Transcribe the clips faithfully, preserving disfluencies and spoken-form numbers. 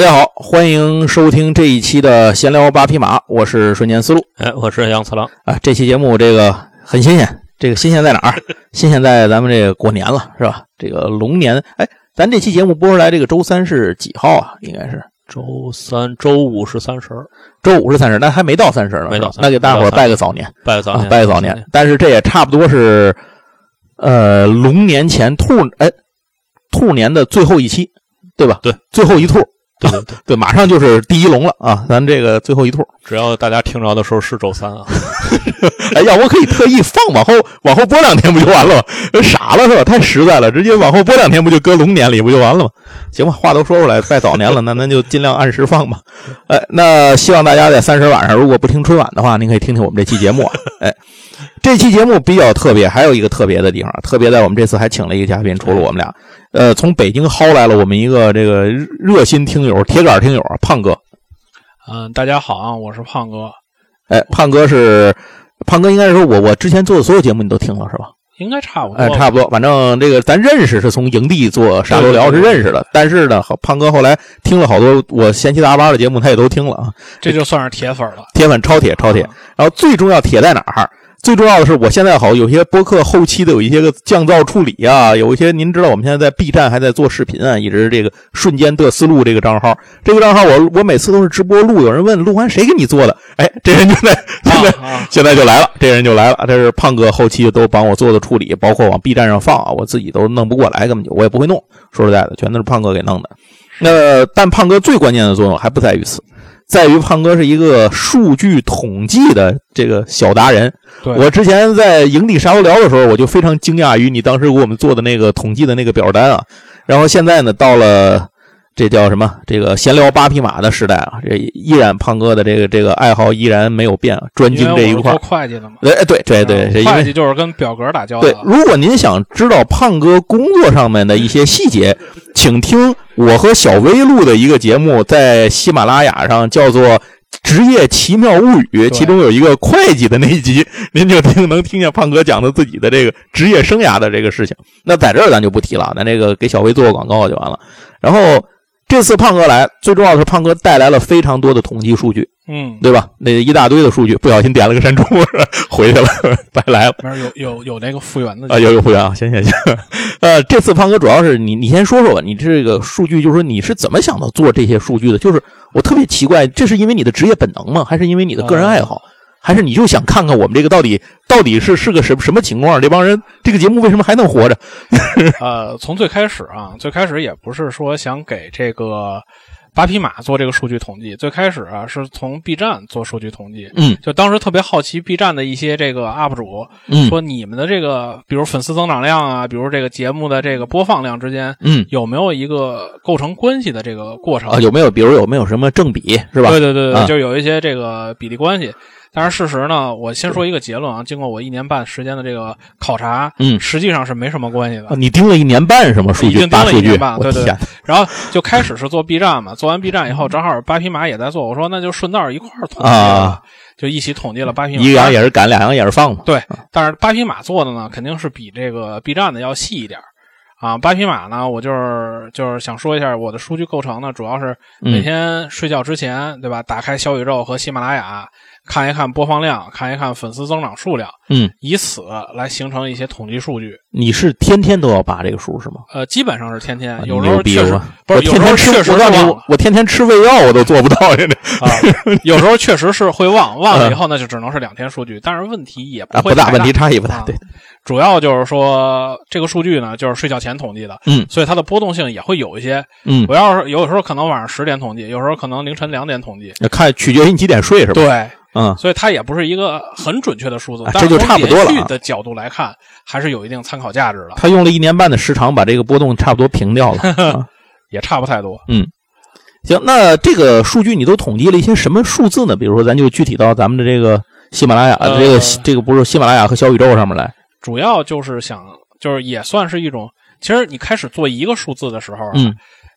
家好，欢迎收听这一期的闲聊八匹马，我是瞬间思路， 哎，我是杨次郎啊。这期节目这个很新鲜，这个新鲜在哪儿？新鲜在咱们这个过年了，是吧？这个龙年，哎，咱这期节目播出来，这个周三是几号啊？应该是周三，周五是三十， 周五是三十，那还没到三十呢， 没到， 那给大伙儿拜个早年， 拜个早年， 啊、拜个早年。但是这也差不多是，呃，龙年前兔，哎，兔年的最后一期，对吧？ 对， 最后一兔。 对对对对，马上就是第一龙了啊！咱这个最后一兔， 只要大家听着的时候是周三啊， 哎呀，我可以特意放往后往后播两天不就完了吗？傻了是吧？太实在了，直接往后播两天不就搁龙年里不就完了吗？行吧，话都说出来，拜早年了，那咱就尽量按时放吧。哎，那希望大家在三十晚上如果不听春晚的话，您可以听听我们这期节目啊。哎，这期节目比较特别，还有一个特别的地方，特别在我们这次还请了一个嘉宾，除了我们俩。呃，从北京薅来了我们一个这个热心听友、铁杆听友胖哥。 嗯、呃，大家好啊，我是胖哥。 哎，胖哥是胖哥，应该是说我我之前做的所有节目你都听了是吧？ 应该差不多。 哎，差不多。反正这个咱认识是从营地做沙头聊是认识的，但是呢，胖哥后来听了好多我闲七杂八的节目，他也都听了啊。 这就算是铁粉了， 铁粉超铁超铁。然后最重要铁在哪儿？最重要的是，我现在好有些播客后期的有一些个降噪处理啊，有一些您知道我们现在在 B 站还在做视频啊，一直这个瞬间的思路这个账号，这个账号我我每次都是直播录，有人问录完谁给你做的？哎，这人就在现在、啊啊、现在就来了，这人就来了，这是胖哥后期都帮我做的处理，包括往 B 站上放啊，我自己都弄不过来，根本就我也不会弄，说实在的，全都是胖哥给弄的。那但胖哥最关键的作用还不在于此。在于胖哥是一个数据统计的这个小达人。我之前在营地沙头聊的时候，我就非常惊讶于你当时给我们做的那个统计的那个表单啊。然后现在呢，到了这叫什么？这个闲聊八匹马的时代啊，这依然胖哥的这个这个爱好依然没有变，专精这一块。 做会计的嘛？ 哎，对对对，对会计就是跟表格打交道。 对，如果您想知道胖哥工作上面的一些细节，请听我和小薇录的一个节目，在喜马拉雅上叫做《职业奇妙物语》，其中有一个会计的那一集，您就听能听见胖哥讲的自己的这个职业生涯的这个事情。那在这儿咱就不提了，咱这个给小薇做个广告就完了。然后这次胖哥来，最重要的是胖哥带来了非常多的统计数据， 嗯， 对吧？那一大堆的数据，不小心点了个删除，回去了，白来了。 有有有那个复原的啊，有有复原啊，行行行。呃，这次胖哥主要是你，你先说说吧，你这个数据，就是说你是怎么想到做这些数据的？就是我特别奇怪，这是因为你的职业本能吗？还是因为你的个人爱好？嗯，还是你就想看看我们这个到底到底是是个什么什么情况？这帮人这个节目为什么还能活着？ 呃，从最开始啊，最开始也不是说想给这个八匹马做这个数据统计，最开始啊是从 B 站做数据统计。 嗯， 就当时特别好奇 B 站的一些这个 U P 主， 嗯， 说你们的这个比如粉丝增长量啊，比如这个节目的这个播放量之间， 嗯， 有没有一个构成关系的这个过程啊？有没有比如有没有什么正比是吧？ 对对对对， 啊， 就有一些这个比例关系。但是事实呢，我先说一个结论啊，经过我一年半时间的这个考察， 嗯， 实际上是没什么关系的。 啊，你盯了一年半什么数据？ 已经盯了一年半， 对对对。然后就开始是做 B 站嘛，做完 B 站以后，正好八匹马也在做，我说那就顺道一块儿统计了， 啊， 就一起统计了八匹马。 一羊也是赶，两羊也是放嘛。 对，但是八匹马做的呢，肯定是比这个 B 站的要细一点。啊，八匹马呢，我就是就是想说一下我的数据构成呢，主要是每天睡觉之前，嗯，对吧？打开小宇宙和喜马拉雅，看一看播放量，看一看粉丝增长数量， 嗯， 以此来形成一些统计数据。 你是天天都要把这个数是吗？ 呃，基本上是天天， 啊， 有时候确实不是，有时候确实我告诉你，我天天吃胃药我都做不到这啊。有时候确实是会忘，忘了以后那就只能是两天数据，但是问题也不会啊，不大，问题差异不大， 啊， 对。 主要就是说这个数据呢，就是睡觉前统计的， 嗯， 所以它的波动性也会有一些， 嗯， 我要是有时候可能晚上十点统计，有时候可能凌晨两点统计， 看取决于你几点睡是吧？ 对， 嗯， 所以它也不是一个很准确的数字， 啊，这就差不多了。 但是从连续的角度来看，还是有一定参考价值的。 他用了一年半的时长把这个波动差不多平掉了，啊， 也差不太多。 嗯，行，那这个数据你都统计了一些什么数字呢？比如说，咱就具体到咱们的这个喜马拉雅， 呃、 这个这个不是喜马拉雅和小宇宙上面来。 主要就是想，就是也算是一种，其实你开始做一个数字的时候啊， 嗯，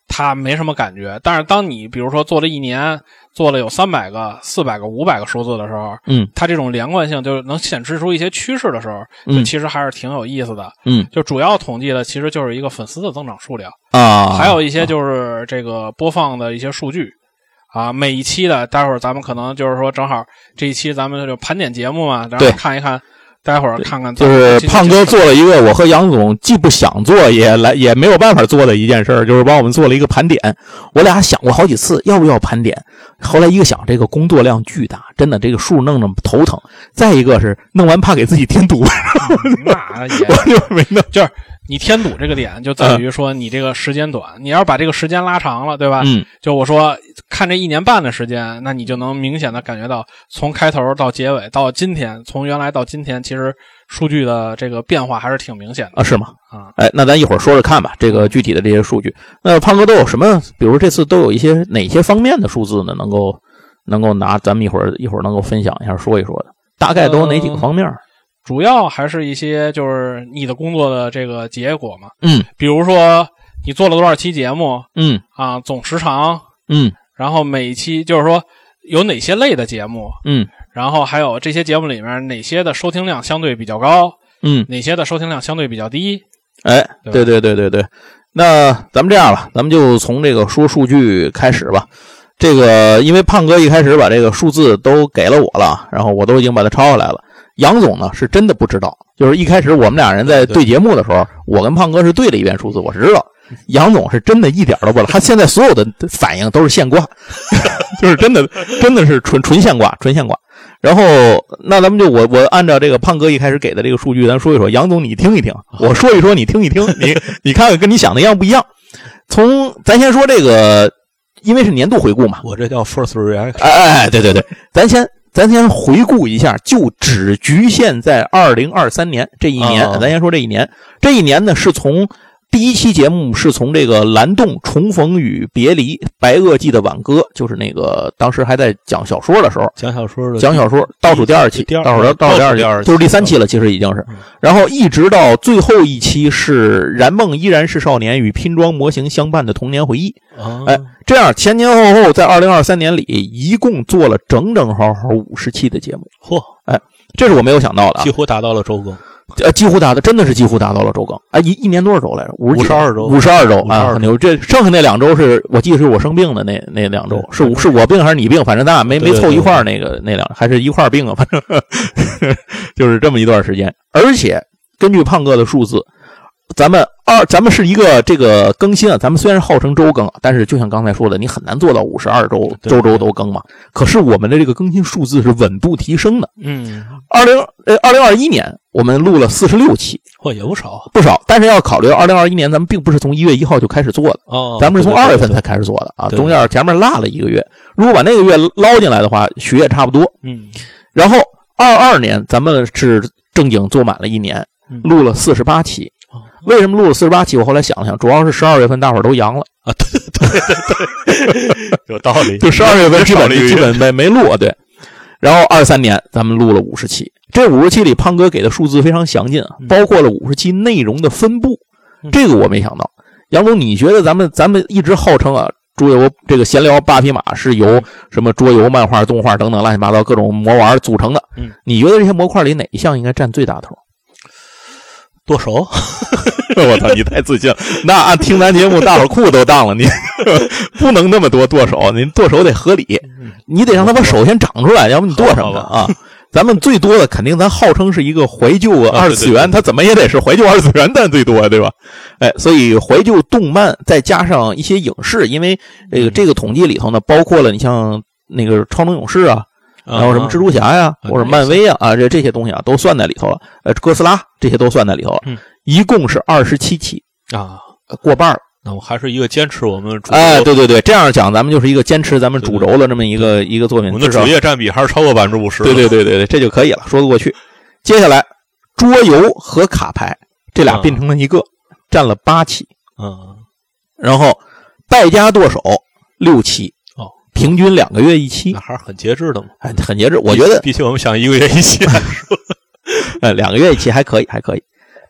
他没什么感觉。但是当你比如说做了一年，做了有三百个、四百个、五百个数字的时候， 嗯， 它这种连贯性就能显示出一些趋势的时候， 嗯， 就其实还是挺有意思的。 嗯， 就主要统计的其实就是一个粉丝的增长数量啊， 还有一些就是这个播放的一些数据。啊，每一期的，待会儿咱们可能就是说，正好这一期咱们就盘点节目嘛，然后看一看，待会儿看看。 就是胖哥做了一个我和杨总既不想做也来也没有办法做的一件事，就是帮我们做了一个盘点。我俩想过好几次要不要盘点，后来一个想这个工作量巨大，真的这个数弄着头疼。再一个是弄完怕给自己添堵， 那也我就没弄， 就是。你添堵这个点就在于说你这个时间短，嗯、你要是把这个时间拉长了，对吧？ 嗯， 就我说看这一年半的时间，那你就能明显的感觉到从开头到结尾到今天，从原来到今天，其实数据的这个变化还是挺明显的啊，是吗？ 啊， 哎，那咱一会儿说说看吧，这个具体的这些数据。那胖哥都有什么？比如这次都有一些哪些方面的数字呢？能够能够拿咱们一会儿一会儿能够分享一下，说一说的，大概都有哪几个方面？呃主要还是一些就是你的工作的这个结果嘛， 嗯， 比如说你做了多少期节目， 嗯啊，总时长， 嗯， 然后每一期就是说有哪些类的节目， 嗯， 然后还有这些节目里面哪些的收听量相对比较高， 嗯， 哪些的收听量相对比较低， 哎，对对对对对，那咱们这样吧，咱们就从这个说数据开始吧。这个因为胖哥一开始把这个数字都给了我了，然后我都已经把它抄下来了。杨总呢是真的不知道，就是一开始我们俩人在对节目的时候，我跟胖哥是对了一遍数字，我是知道。杨总是真的一点都不知道，他现在所有的反应都是现挂，就是真的真的是纯纯现挂，纯现挂。然后那咱们就我我按照这个胖哥一开始给的这个数据，咱说一说。杨总你听一听，我说一说你听一听，你你看看跟你想的一样不一样。从咱先说这个，因为是年度回顾嘛， 我这叫 first reaction。 哎哎，对对对，咱先。咱先回顾一下，就只局限在二零二三年这一年， 哦、 咱先说这一年。这一年呢，是从第一期节目是从这个蓝洞重逢与别离白垩纪的挽歌，就是那个当时还在讲小说的时候， 讲小说的讲小说倒数第二期，倒数倒数第二期就是第三期了，其实已经是。然后一直到最后一期是燃梦依然是少年与拼装模型相伴的童年回忆。 哦、 哎，这样前前后后在二零二三年里一共做了整整好好五十期的节目。 嚯， 哎，这是我没有想到的， 几乎达到了周更。 呃，几乎达到，真的是几乎达到了周更。哎，一一年多少周来着？五十二周， 五十二周啊，很牛。这剩下那两周是我记得是我生病的那那两周，是是我病还是你病？反正咱俩没没凑一块儿那个那两，还是一块儿病啊，反正就是这么一段时间。而且根据胖哥的数字，咱们二咱们是一个这个更新啊，咱们虽然号称周更，但是就像刚才说的，你很难做到五十二周周周都更嘛。可是我们的这个更新数字是稳步提升的。 嗯， 二零呃二零二一年我们录了四十六期， 嚯，也不少不少。但是要考虑二零二一年咱们并不是从一月一号就开始做的， 哦， 咱们是从二月份才开始做的啊， 对对对中间前面落了一个月。如果把那个月捞进来的话，许也差不多。 嗯， 然后二二年咱们是正经做满了一年，录了四十八期。为什么录了四十八期？我后来想了想，主要是十二月份大伙儿都阳了啊，对对对对，有道理。 就十二月份基本基本没没录，对。然后二三年咱们录了五十期，这五十期里胖哥给的数字非常详尽啊，包括了五十期内容的分布，这个我没想到。杨总，你觉得咱们咱们一直号称啊，桌游这个闲聊八匹马是由什么桌游、漫画、动画等等乱七八糟各种模玩组成的， 嗯， 你觉得这些模块里哪一项应该占最大头？ 剁手， 我操，你太自信了！那按听咱节目，大伙儿裤都当了，你不能那么多剁手，你剁手得合理，你得让他把手先长出来，要不你剁什么啊？咱们最多的肯定咱号称是一个怀旧二次元，它怎么也得是怀旧二次元但最多，对吧？哎，所以怀旧动漫再加上一些影视，因为这个这个统计里头呢，包括了你像那个超能勇士啊。然后什么蜘蛛侠呀，或者漫威啊，啊这这些东西啊都算在里头了。呃，哥斯拉这些都算在里头了。 嗯， 一共是二十七期啊， 过半了。 那我还是一个坚持我们主轴。 哎，对对对，这样讲咱们就是一个坚持咱们主轴的这么一个一个作品。 我们的主页占比还是超过百分之五十。 对对对对对，这就可以了，说得过去。接下来，桌游和卡牌这俩变成了一个，占了八期。 嗯， 然后败家剁手六期。平均两个月一期， 那还是很节制的嘛。 哎，很节制，我觉得比起我们想一个月一期来说， 呃，两个月一期还可以，还可以。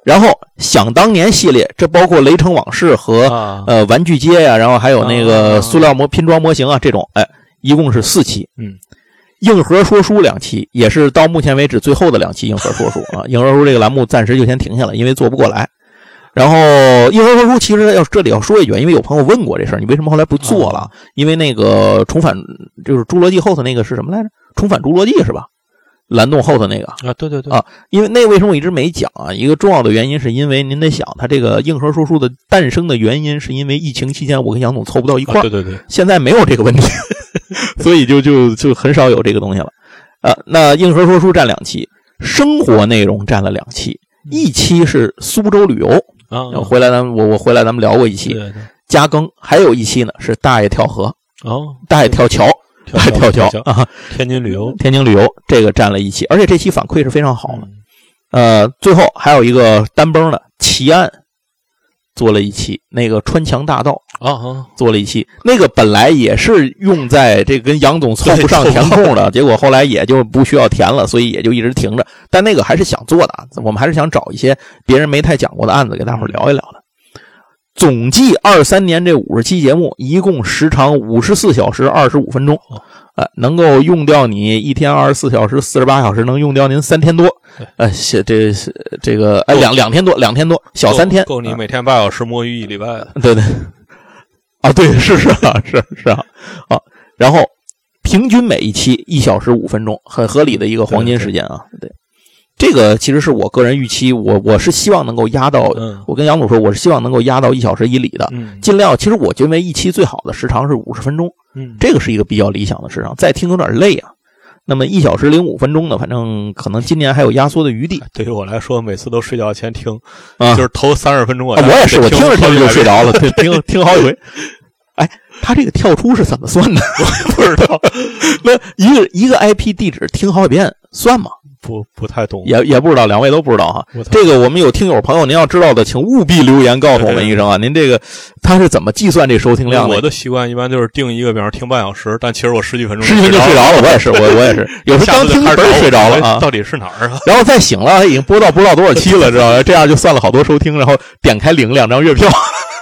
然后想当年系列，这包括雷城往事和、 啊、 呃玩具街呀、啊，然后还有那个塑料模、啊、拼装模型啊这种，哎，一共是四期。 嗯， 硬核说书两期，也是到目前为止最后的两期硬核说书啊。硬核说书这个栏目暂时就先停下了，因为做不过来。然后硬核说书其实要这里要说一句，因为有朋友问过这事儿，你为什么后来不做了？啊、因为那个重返就是侏罗纪后头那个是什么来着？重返侏罗纪是吧？蓝洞后头那个啊，对对对啊，因为那个为什么我一直没讲啊？一个重要的原因是因为您得想，它这个硬核说书的诞生的原因是因为疫情期间我跟杨总凑不到一块儿、 啊，对对对， 现在没有这个问题，所以就就就很少有这个东西了。啊，那硬核说书占两期，生活内容占了两期，一期是苏州旅游啊， 回来咱们我我回来咱们聊过一期， 对对加更，还有一期呢是大爷跳河哦， 大爷跳桥。 跳跳桥啊！ 天津旅游， 天津旅游这个占了一期，而且这期反馈是非常好的。嗯、呃，最后还有一个单崩的奇案，做了一期，那个穿墙大道啊啊， 做了一期，那个本来也是用在这跟杨总凑不上填空的，结果后来也就不需要填了，所以也就一直停着。但那个还是想做的，我们还是想找一些别人没太讲过的案子给大伙儿聊一聊的。总计二三年这五十期节目，一共时长五十四小时二十五分钟，呃，能够用掉你一天二十四小时四十八小时，能用掉您三天多，呃，这这这个哎两两天多两天多小三天， 够你每天八小时摸鱼一礼拜的， 对对，啊对是是啊是是啊啊，然后平均每一期一小时五分钟，很合理的一个黄金时间啊，对。对这个其实是我个人预期，我我是希望能够压到， 嗯、 我跟杨总说，我是希望能够压到一小时以里的， 嗯、 尽量。其实我认为一期最好的时长是五十分钟， 嗯，这个是一个比较理想的时长，再听有点累啊。那么一小时零五分钟的，反正可能今年还有压缩的余地。 对于我来说，每次都睡觉前听， 啊、 就是头三十分钟我、 啊，我也是，我听着听着就睡着了，对，听听好几回。哎，他这个跳出是怎么算的？ 我不知道。 那一个一个 I P 地址听好几遍算吗？ 不不太懂， 也也不知道，两位都不知道哈。这个我们有听友朋友，您要知道的，请务必留言告诉我们一声啊。您这个他是怎么计算这收听量的？ 我的习惯一般就是定一个，比方听半小时，但其实我十几分钟十几分钟就睡着了。我也是，我我也是，有时候刚听本睡着了啊。 到底是哪儿啊？ 然后再醒了，已经播到不知道多少期了，知道吧？这样就算了好多收听，然后点开领两张月票，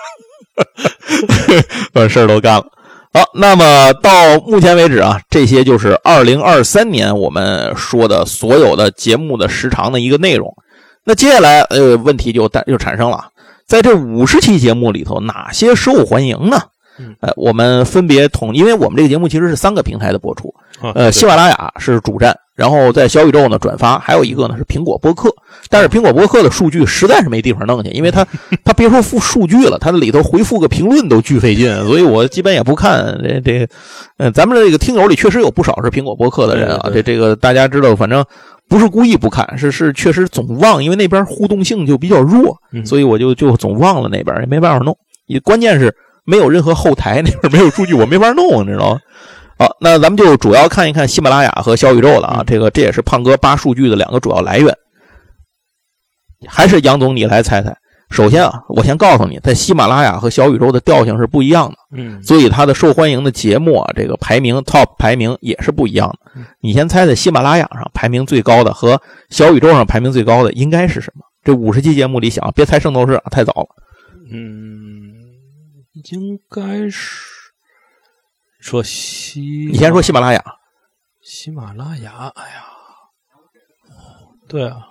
把事儿都干了。好，那么到目前为止啊，这些就是二零二三年我们说的所有的节目的时长的一个内容。那接下来呃问题就就产生了，在这五十期节目里头，哪些受欢迎呢？呃，我们分别统，因为我们这个节目其实是三个平台的播出，呃，喜马拉雅是主站，然后在小宇宙呢转发，还有一个呢是苹果播客。但是苹果播客的数据实在是没地方弄去，因为它它别说付数据了，它里头回复个评论都巨费劲，所以我基本也不看这这。嗯，咱们这个听友里确实有不少是苹果播客的人啊，这这个大家知道，反正不是故意不看，是是确实总忘，因为那边互动性就比较弱，所以我就就总忘了那边，也没办法弄。也关键是没有任何后台，那边没有数据，我没法弄，你知道吗？好，那咱们就主要看一看喜马拉雅和小宇宙了啊，这个这也是胖哥扒数据的两个主要来源。还是杨总你来猜猜。首先啊，我先告诉你，在喜马拉雅和小宇宙的调性是不一样的， 嗯， 所以它的受欢迎的节目啊，这个排名 top 排名也是不一样的。你先猜猜喜马拉雅上排名最高的和小宇宙上排名最高的应该是什么？这五十期节目里想，别猜圣斗士啊，太早了。 嗯，应该是说喜， 你先说喜马拉雅。 喜马拉雅，哎呀，对啊。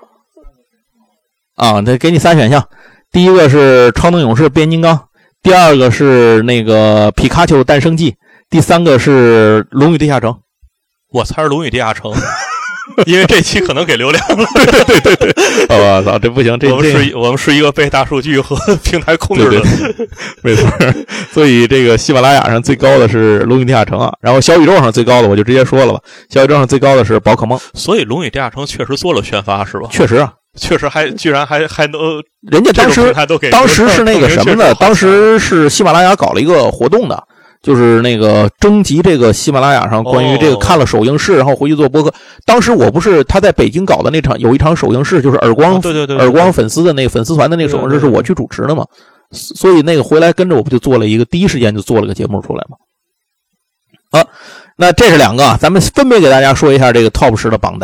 啊，这给你仨选项，第一个是超能勇士变形金刚，第二个是那个皮卡丘诞生记，第三个是龙与地下城。 我猜是龙与地下城，因为这期可能给流量了。 对对对对对，我操，这不行，这我们是我们是一个被大数据和平台控制的， 对对对没错。所以这个喜马拉雅上最高的是龙与地下城啊，然后小宇宙上最高的我就直接说了吧，小宇宙上最高的是宝可梦。 所以龙与地下城确实做了宣发是吧？ 确实啊。 确实还居然还还能， 人家当时当时是那个什么呢？当时是喜马拉雅搞了一个活动的，就是那个征集这个喜马拉雅上关于这个看了首映式，然后回去做播客。当时我不是他在北京搞的那场有一场首映式，就是耳光， 对对对， 耳光粉丝的那个粉丝团的那个首映式是我去主持的嘛，所以那个回来跟着我不就做了一个第一时间就做了个节目出来嘛。啊，那这是两个，咱们分别给大家说一下这个 top 十的榜单。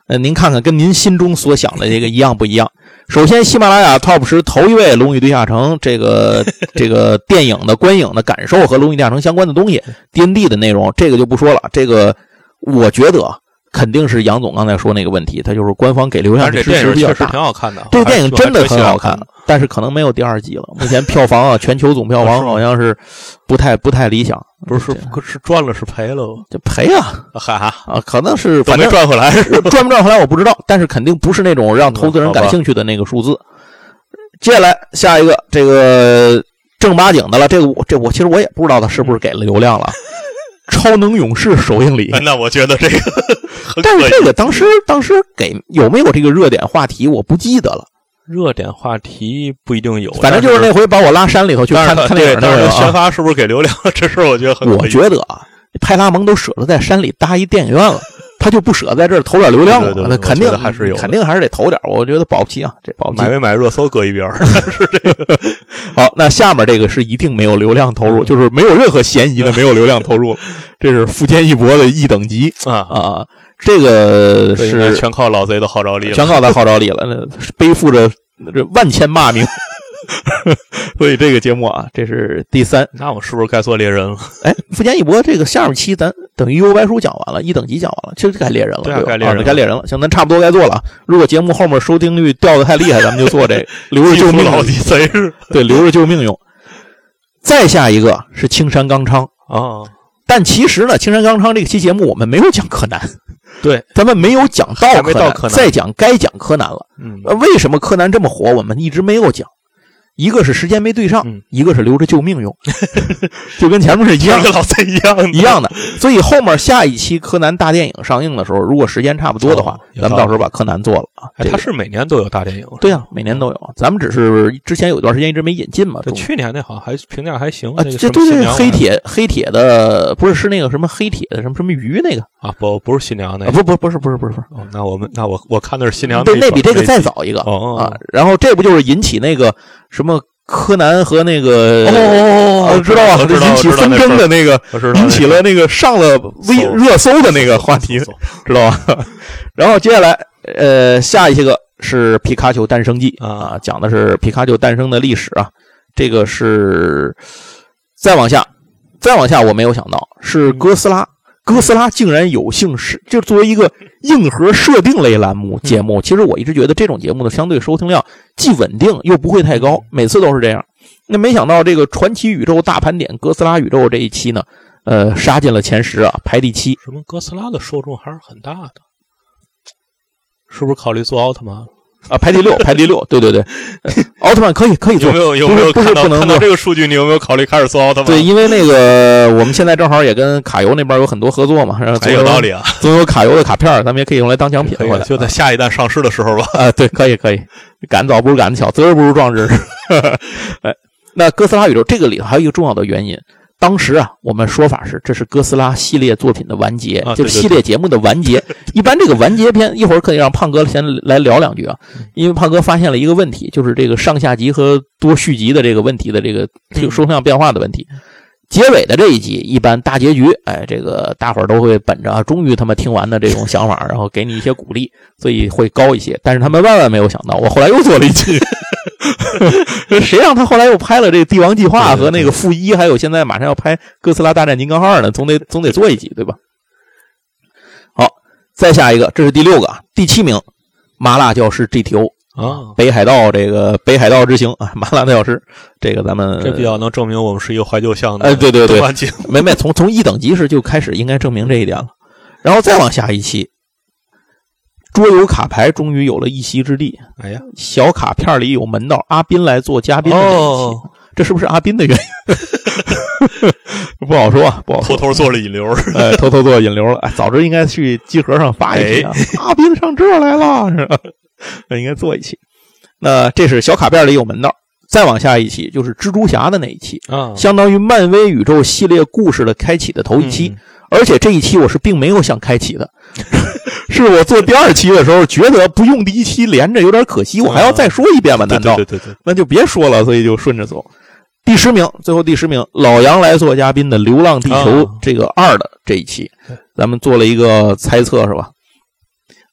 呃，您看看跟您心中所想的这个一样不一样？首先，喜马拉雅 Top 十头一位《龙与地下城》这个这个电影的观影的感受和《龙与地下城》相关的东西 ，D N D 的内容，这个就不说了。这个我觉得肯定是杨总刚才说那个问题，他就是官方给流量的支持比较大。 挺好看的， 这个电影真的很好看，但是可能没有第二季了。目前票房啊，全球总票房好像是不太不太理想。 不是是是赚了是赔了？ 就赔啊！ 哈啊，可能是反正赚回来， 赚不赚回来我不知道，但是肯定不是那种让投资人感兴趣的那个数字。接下来下一个这个正八经的了，这个我这我其实我也不知道他是不是给了流量了。超能勇士首映礼， 那我觉得这个， 但是这个当时当时给有没有这个热点话题我不记得了。 热点话题不一定有， 反正就是那回把我拉山里头去看看电影， 但是宣发是不是给流量？这事我觉得很。 我觉得啊，派拉蒙都舍得在山里搭一电影院了，他就不舍在这儿投点流量了，那肯定还是有， 肯定还是得投点。我觉得保不齐啊，这保不齐买没买热搜搁一边是这个。 好，那下面这个是一定没有流量投入，就是没有任何嫌疑的没有流量投入。这是富坚义博的 E 等级啊啊，这个是全靠老贼的号召力了， 全靠他号召力了，那背负着这万千骂名。所以这个节目啊，这是第三。 那我是不是该做猎人了？ 哎，富坚义博这个下面期咱等于幽白书讲完了，一等级讲完了，其实该猎人了， 对， 对该猎人了， 该猎人了。行，咱差不多该做了。如果节目后面收听率掉的太厉害，咱们就做这个，留着救命。 老底贼是， 对，留着救命用。再下一个是青山刚昌啊。 但其实呢，青山刚昌这个期节目我们没有讲柯南， 对， 咱们没有讲到柯南， 柯南再讲该讲柯南了。 嗯， 为什么柯南这么火？我们一直没有讲，一个是时间没对上， 嗯、 一个是留着救命用，就跟前面是一样， 跟老贼一样一样的。所以后面下一期柯南大电影上映的时候，如果时间差不多的话， 哦、 咱们到时候把柯南做了啊。 哎，他是每年都有大电影？ 对啊，每年都有。咱们只是之前有段时间一直没引进嘛。 对，去年那好像还评价还行啊。这对对，黑铁黑铁的不是是那个什么黑铁的什么什么鱼那个啊？不不是新娘那个， 啊、不不不是不是不是不是。 哦，那我们那我我看的是新娘对，那比这个再早一个哦啊。然后这不就是引起那个什么？柯南和那个哦哦，知道啊，引起纷争的那个，引起了那个上了微热搜的那个话题，知道吧？然后接下来，呃，下一些个是皮卡丘诞生记啊，讲的是皮卡丘诞生的历史啊。这个是再往下，再往下，我没有想到是哥斯拉。哥斯拉竟然有幸是，就作为一个硬核设定类栏目节目，其实我一直觉得这种节目的相对收听量既稳定又不会太高，每次都是这样。那没想到这个传奇宇宙大盘点哥斯拉宇宙这一期呢，呃，杀进了前十啊，排第七。 什么哥斯拉的受众还是很大的，是不是考虑做奥特曼？ 啊，排第六，排第六，对对对，奥特曼可以可以做， 有没有有没有不是不能看到这个数据？你有没有考虑开始做奥特曼？ 对，因为那个我们现在正好也跟卡游那边有很多合作嘛，然后很有道理啊， 总有卡游的卡片，咱们也可以用来当奖品， 就在下一代上市的时候吧。 啊，对，可以可以，赶早不如赶得巧，择日不如撞日。哎，那哥斯拉宇宙这个里头还有一个重要的原因。当时啊，我们说法是这是哥斯拉系列作品的完结， 啊、 就是系列节目的完结。一般这个完结篇，一会儿可以让胖哥先来聊两句啊，因为胖哥发现了一个问题，就是这个上下集和多续集的这个问题的这个收听量变化的问题。结尾的这一集，一般大结局，哎，这个大伙儿都会本着啊，终于他妈听完的这种想法，然后给你一些鼓励，所以会高一些。但是他们万万没有想到，我后来又做了一期。谁让他后来又拍了这个帝王计划和那个负一，还有现在马上要拍哥斯拉大战金刚二呢，总得总得做一集，对吧？好，再下一个，这是第六个，第七名，麻辣教师 G T O 啊，北海道这个北海道之行啊，麻辣教师，这个咱们这比较能证明我们是一个怀旧向的， 哎，对对对，没没从从一等级时就开始应该证明这一点了，然后再往下一期。桌游卡牌终于有了一席之地。 哎呀， 小卡片里有门道，阿斌来做嘉宾的那一期，哦、这是不是阿斌的原因？不好说，不好说。 偷偷做了引流， 哎，偷偷做引流了。哎，早知应该去集合上发一期啊！哎、阿斌上这儿来了，是吧？那应该做一期。那这是小卡片里有门道。再往下一期就是蜘蛛侠的那一期啊，相当于漫威宇宙系列故事的开启的头一期。嗯，而且这一期我是并没有想开启的，是我做第二期的时候觉得不用第一期连着有点可惜，我还要再说一遍吗？难道？ 对对对对， 那就别说了，所以就顺着走。第十名，最后第十名，老杨来做嘉宾的《流浪地球》这个二的这一期，咱们做了一个猜测，是吧？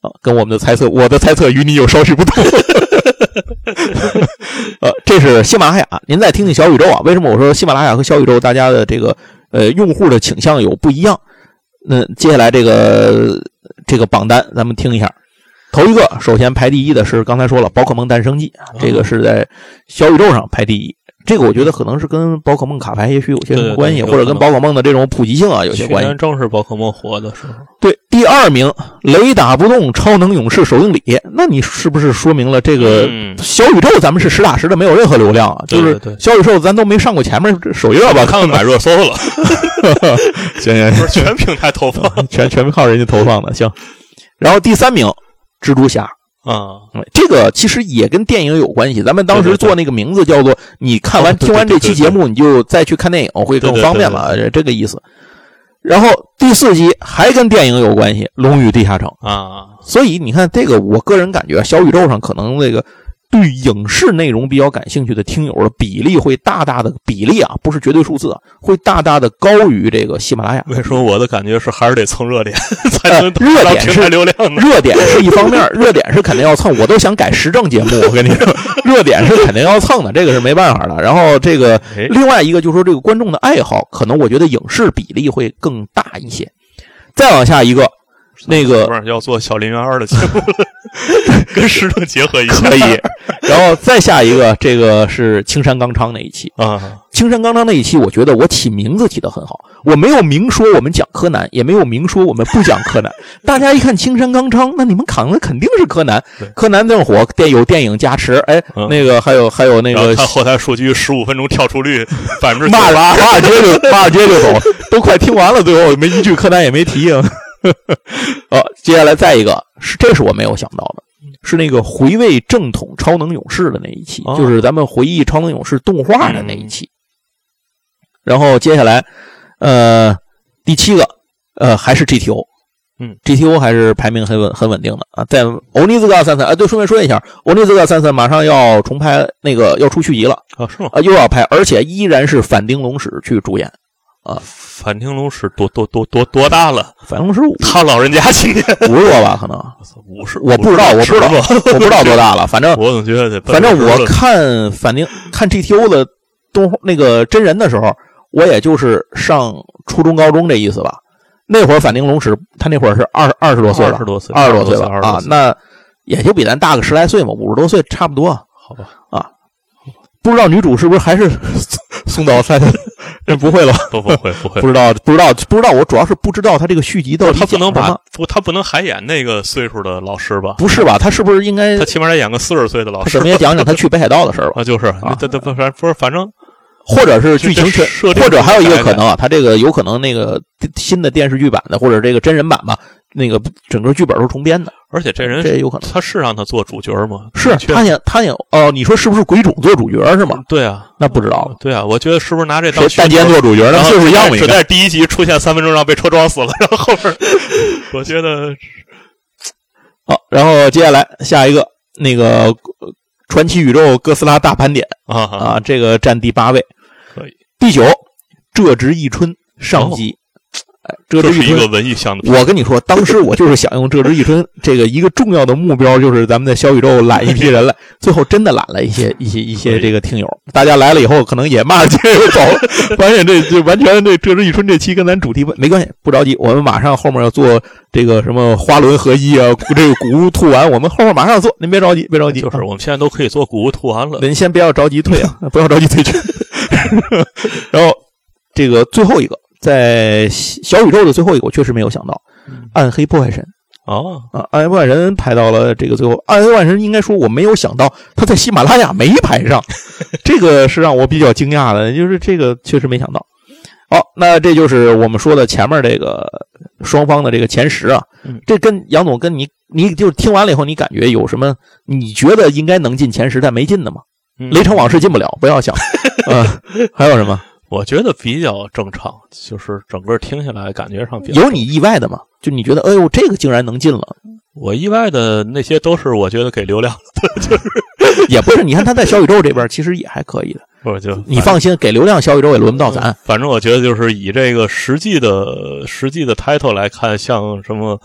啊，跟我们的猜测，我的猜测与你有稍许不同。呃，这是喜马拉雅，您再听听小宇宙啊。为什么我说喜马拉雅和小宇宙大家的这个呃用户的倾向有不一样？那接下来这个这个榜单咱们听一下。头一个，首先排第一的是刚才说了《宝可梦诞生记》，这个是在小宇宙上排第一。这个我觉得可能是跟宝可梦卡牌也许有些什么关系， 对对对， 或者跟宝可梦的这种普及性啊有些关系。 去年正是宝可梦火的时候。 对，第二名雷打不动超能勇士首映礼，那你是不是说明了这个小宇宙咱们是实打实的没有任何流量啊？ 对对对， 就是小宇宙咱都没上过前面首页吧？ 看看买热搜了。 行行行， 全平台投放， 全全靠人家投放的。行，然后第三名蜘蛛侠。 啊、 嗯，这个其实也跟电影有关系。咱们当时做那个名字叫做“你看完、哦、听完这期节目，你就再去看电影会更方便嘛”，这个意思。然后第四集还跟电影有关系，《龙与地下城》 啊。 所以你看，这个我个人感觉，小宇宙上可能这个对影视内容比较感兴趣的听友的比例会大大的比例啊，不是绝对数字啊，会大大的高于这个喜马拉雅。 为什么我的感觉是还是得蹭热点才能呃、热点是流量呢？ 热点是一方面，热点是肯定要蹭，我都想改时政节目，我跟你说，热点是肯定要蹭的，这个是没办法的。然后这个另外一个就是说，这个观众的爱好，可能我觉得影视比例会更大一些。再往下一个。那个不是要做小林园二的节目了，跟时政结合一下可以。然后再下一个，这个是青山刚昌那一期啊。 青山刚昌那一期，我觉得我起名字起得很好，我没有明说我们讲柯南，也没有明说我们不讲柯南。大家一看青山刚昌，那你们扛的肯定是柯南。柯南这么火，电有电影加持，哎，嗯、那个还有还有那个看后台数据，十五分钟跳出率百分之骂了华尔街就华尔街就走，都快听完了，最后没一句柯南也没提啊。哦，接下来再一个是，这是我没有想到的，是那个回味正统超能勇士的那一期，哦、就是咱们回忆超能勇士动画的那一期。嗯、然后接下来，呃，第七个，呃，还是 G T O， 嗯 ，G T O 还是排名很稳很稳定的啊。在欧尼兹嘎三三，哎，对，顺便说一下，欧尼兹嘎三三马上要重拍，那个要出续集了啊，是吗？ 啊，又要拍，而且依然是反町隆史去主演。啊， 反町隆史多多多多多大了？ 反町隆史五， 他老人家今年五十多吧，可能五十， 我不知道，我不知道，我不知道多大了。反正我总觉得， 反正我看反町看 G T O 的动那个真人的时候，我也就是上初中高中这意思吧。那会儿反町隆史他那会儿是二二十多岁了， 二十多岁， 二十多岁了啊，那也就比咱大个十来岁嘛，五十多岁差不多。 好吧， 啊，不知道女主是不是还是松岛菜菜？这不会了， 不不会不会， 不知道不知道不知道，我主要是不知道他这个续集到底他不能把不他不能还演那个岁数的老师吧？ 不是吧？他是不是应该他起码得演个四十岁的老师？ 怎么也讲讲他去北海道的事儿吧？ 啊，就是啊，这这不不是，反正或者是剧情设，或者还有一个可能啊，他这个有可能那个新的电视剧版的或者这个真人版吧，那个整个剧本都重编的。 而且这人这有可能， 他是让他做主角吗？ 是他也他也哦，你说是不是鬼冢做主角是吗？ 对啊， 那不知道了。 对啊，我觉得是不是拿这当单间做主角，那岁数一样吗？ 只在第一集出现三分钟，让被车撞死了，然后后边我觉得好，然后接下来下一个那个传奇宇宙哥斯拉大盘点啊啊，这个占第八位， 可以。 第九，这直一春上集。哦哎，这是一个文艺向的。 我跟你说，当时我就是想用这支一春这个一个重要的目标，就是咱们在小宇宙揽一批人来。最后真的揽了一些一些一些这个听友，大家来了以后可能也骂街又走了，发现这就完全这这支一春这期跟咱主题没关系，不着急，我们马上后面要做这个什么花轮合一啊，这个谷物吐完，我们后面马上做，您别着急，别着急， 就是我们现在都可以做谷物吐完了， 您先不要着急退啊，不要着急退群。然后这个最后一个。在小宇宙的最后一个，我确实没有想到，暗黑破坏神哦啊，暗黑破坏神排到了这个最后。暗黑破坏神应该说我没有想到他在喜马拉雅没排上，这个是让我比较惊讶的，就是这个确实没想到。好，那这就是我们说的前面这个双方的这个前十啊。这跟杨总跟你，你就听完了以后，你感觉有什么？你觉得应该能进前十但没进的吗？雷城往事进不了，不要想。呃，还有什么？ 我觉得比较正常，就是整个听下来感觉上比较有你意外的吗？就你觉得，哎呦，这个竟然能进了？ 我意外的那些都是我觉得给流量的，就是也不是。你看他在小宇宙这边其实也还可以的。 我就你放心，给流量小宇宙也轮不到咱。 反正我觉得就是以这个实际的实际的 title 来看，像什么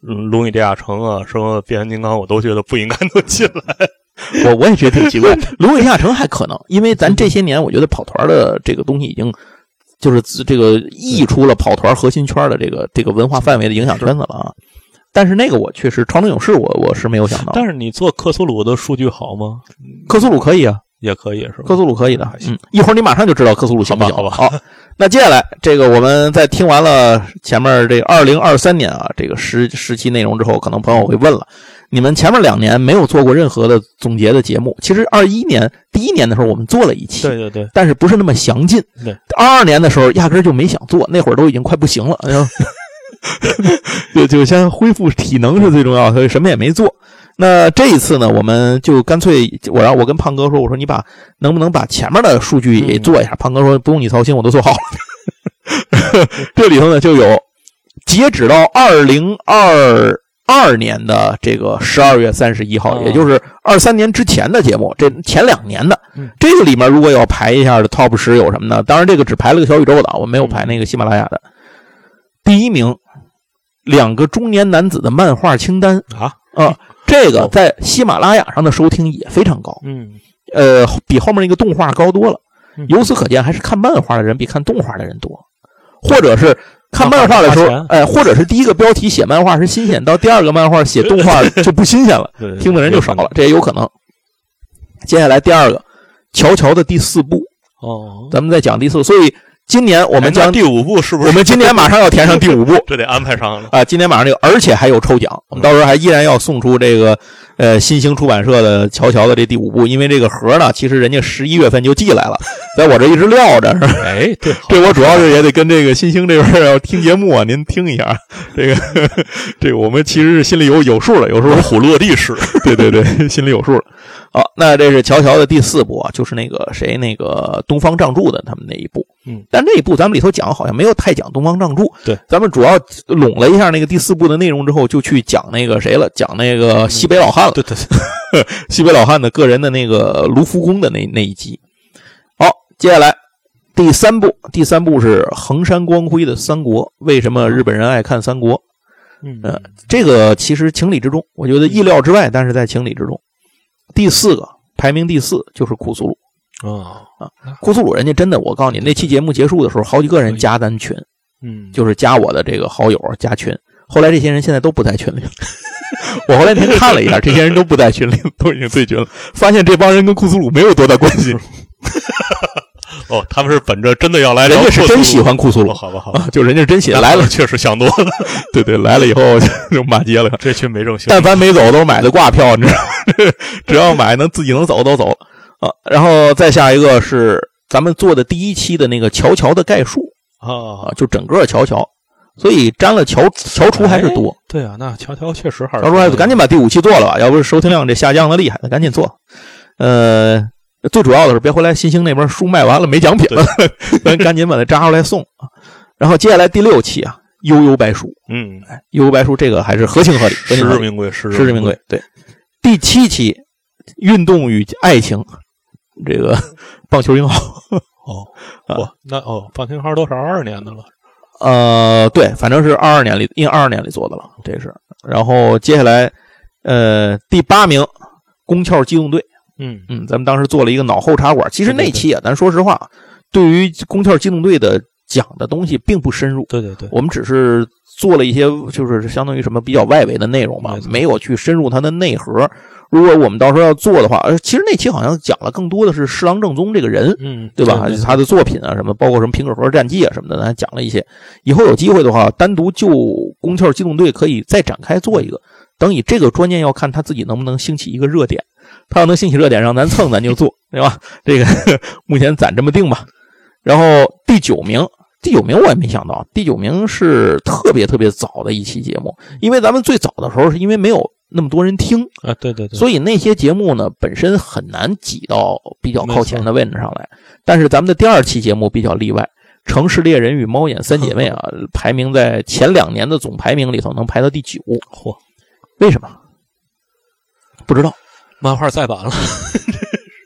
龙与地下城啊，什么变形金刚，我都觉得不应该能进来。 我我也觉得挺奇怪，龙与地下城还可能，因为咱这些年我觉得跑团的这个东西已经就是这个溢出了跑团核心圈的这个这个文化范围的影响圈子了啊。但是那个我确实超能勇士我我是没有想到。 但是你做克苏鲁的数据好吗？ 克苏鲁可以啊， 也可以是吧？ 克苏鲁可以的，嗯，一会儿你马上就知道克苏鲁行不行。 好吧， 好，那接下来这个我们在听完了前面这二零二三年啊这个十十期内容之后，可能朋友会问了，你们前面两年没有做过任何的总结的节目，其实二一年第一年的时候我们做了一期， 对对对， 但是不是那么详尽。 对， 二二年的时候压根儿就没想做，那会儿都已经快不行了，然后就就先恢复体能是最重要的，所以什么也没做。那这一次呢，我们就干脆我让我跟胖哥说，我说你把能不能把前面的数据也做一下？嗯、胖哥说不用你操心，我都做好了。这里头呢就有截止到二零二二年的这个十二月三十一号， 哦、 也就是二三年之前的节目，这前两年的、 嗯、 这个里面如果要排一下的 top 十有什么呢？当然这个只排了个小宇宙的，我没有排那个喜马拉雅的。嗯、第一名，两个中年男子的漫画清单啊啊。这个在喜马拉雅上的收听也非常高， 嗯， 呃，比后面那个动画高多了。由此可见，还是看漫画的人比看动画的人多，或者是看漫画的时候，哎、呃，或者是第一个标题写漫画是新鲜，到第二个漫画写动画就不新鲜了，听的人就少了，这也有可能。接下来第二个，乔乔的第四部哦， 咱们再讲第四部，所以。今年我们将第五部是不是？ 我们今年马上要填上第五部， 这得安排上了啊！今年马上这个，而且还有抽奖，我们到时候还依然要送出这个呃新兴出版社的乔乔的这第五部，因为这个盒呢，其实人家十一月份就寄来了，在我这一直撂着。 哎，对， 这我主要是也得跟这个新兴这边要听节目啊，您听一下，这个这个我们其实是心里有有数了，有时候虎落地式， 对对对，心里有数了。好，那这是乔乔的第四部啊，就是那个谁那个东方仗助的他们那一部。 嗯， 但这一部咱们里头讲好像没有太讲东方仗助， 对， 咱们主要拢了一下那个第四部的内容之后，就去讲那个谁了，讲那个西北老汉了， 对对对， 西北老汉的个人的那个卢浮宫的那那一集。好，接下来第三部，第三部是横山光辉的三国，为什么日本人爱看三国？ 嗯、 呃，这个其实情理之中，我觉得意料之外，但是在情理之中。第四个排名第四就是库苏鲁。 哦啊，库苏鲁人家真的，我告诉你，那期节目结束的时候，好几个人加咱群， 嗯， 就是加我的这个好友加群。后来这些人现在都不在群里了。我后来那天看了一下，这些人都不在群里，都已经退群了。发现这帮人跟库苏鲁没有多大关系。 哦，他们是本着真的要来， 人家是真喜欢库苏鲁， 哦、好吧好吧、 啊，就人家真喜欢来了， 确实想多了。 对对，来了以后就骂街了。 这群没正形， 但凡没走都买的挂票，你知道吗？只要买能自己能走都走啊。然后再下一个是咱们做的第一期的那个乔乔的概述啊， 就整个乔乔，所以沾了乔乔厨还是多。 哎、对啊，那乔乔确实还是乔厨还是赶紧把第五期做了吧，要不是收听量这下降的厉害，赶紧做。呃。最主要的是别回来新兴那边书卖完了没奖品了，咱赶紧把它扎出来送啊。然后接下来第六期啊，悠悠白书， 嗯， 哎，悠悠白书这个还是合情合理， 实至名归，实至名归。对，第七期运动与爱情，这个棒球英豪。 哦，哇，那哦，棒球英豪都是二二年的了。 呃，对，反正是二二年里，因二二年里做的了，这是。然后接下来，呃，第八名，宫壳机动队。 嗯嗯，咱们当时做了一个脑后茶馆，其实那期啊，咱说实话，对于宫壳机动队的讲的东西并不深入。 对对对， 我们只是做了一些，就是相当于什么比较外围的内容嘛，没有去深入它的内核。如果我们到时候要做的话，其实那期好像讲了更多的是侍郎正宗这个人， 嗯， 对吧？ 对对对， 他的作品啊，什么包括什么平可和战记啊什么的，咱讲了一些。以后有机会的话，单独就宫壳机动队可以再展开做一个。等以这个关键要看他自己能不能兴起一个热点。他要能兴起热点让咱蹭咱就做，对吧？这个目前暂这么定吧。然后第九名，第九名我也没想到，第九名是特别特别早的一期节目，因为咱们最早的时候是因为没有那么多人听啊，对对对， 所以那些节目呢本身很难挤到比较靠前的位置上来。但是咱们的第二期节目比较例外，城市猎人与猫眼三姐妹啊，排名在前两年的总排名里头能排到第九。 嚯， 为什么？不知道。 漫画再版了，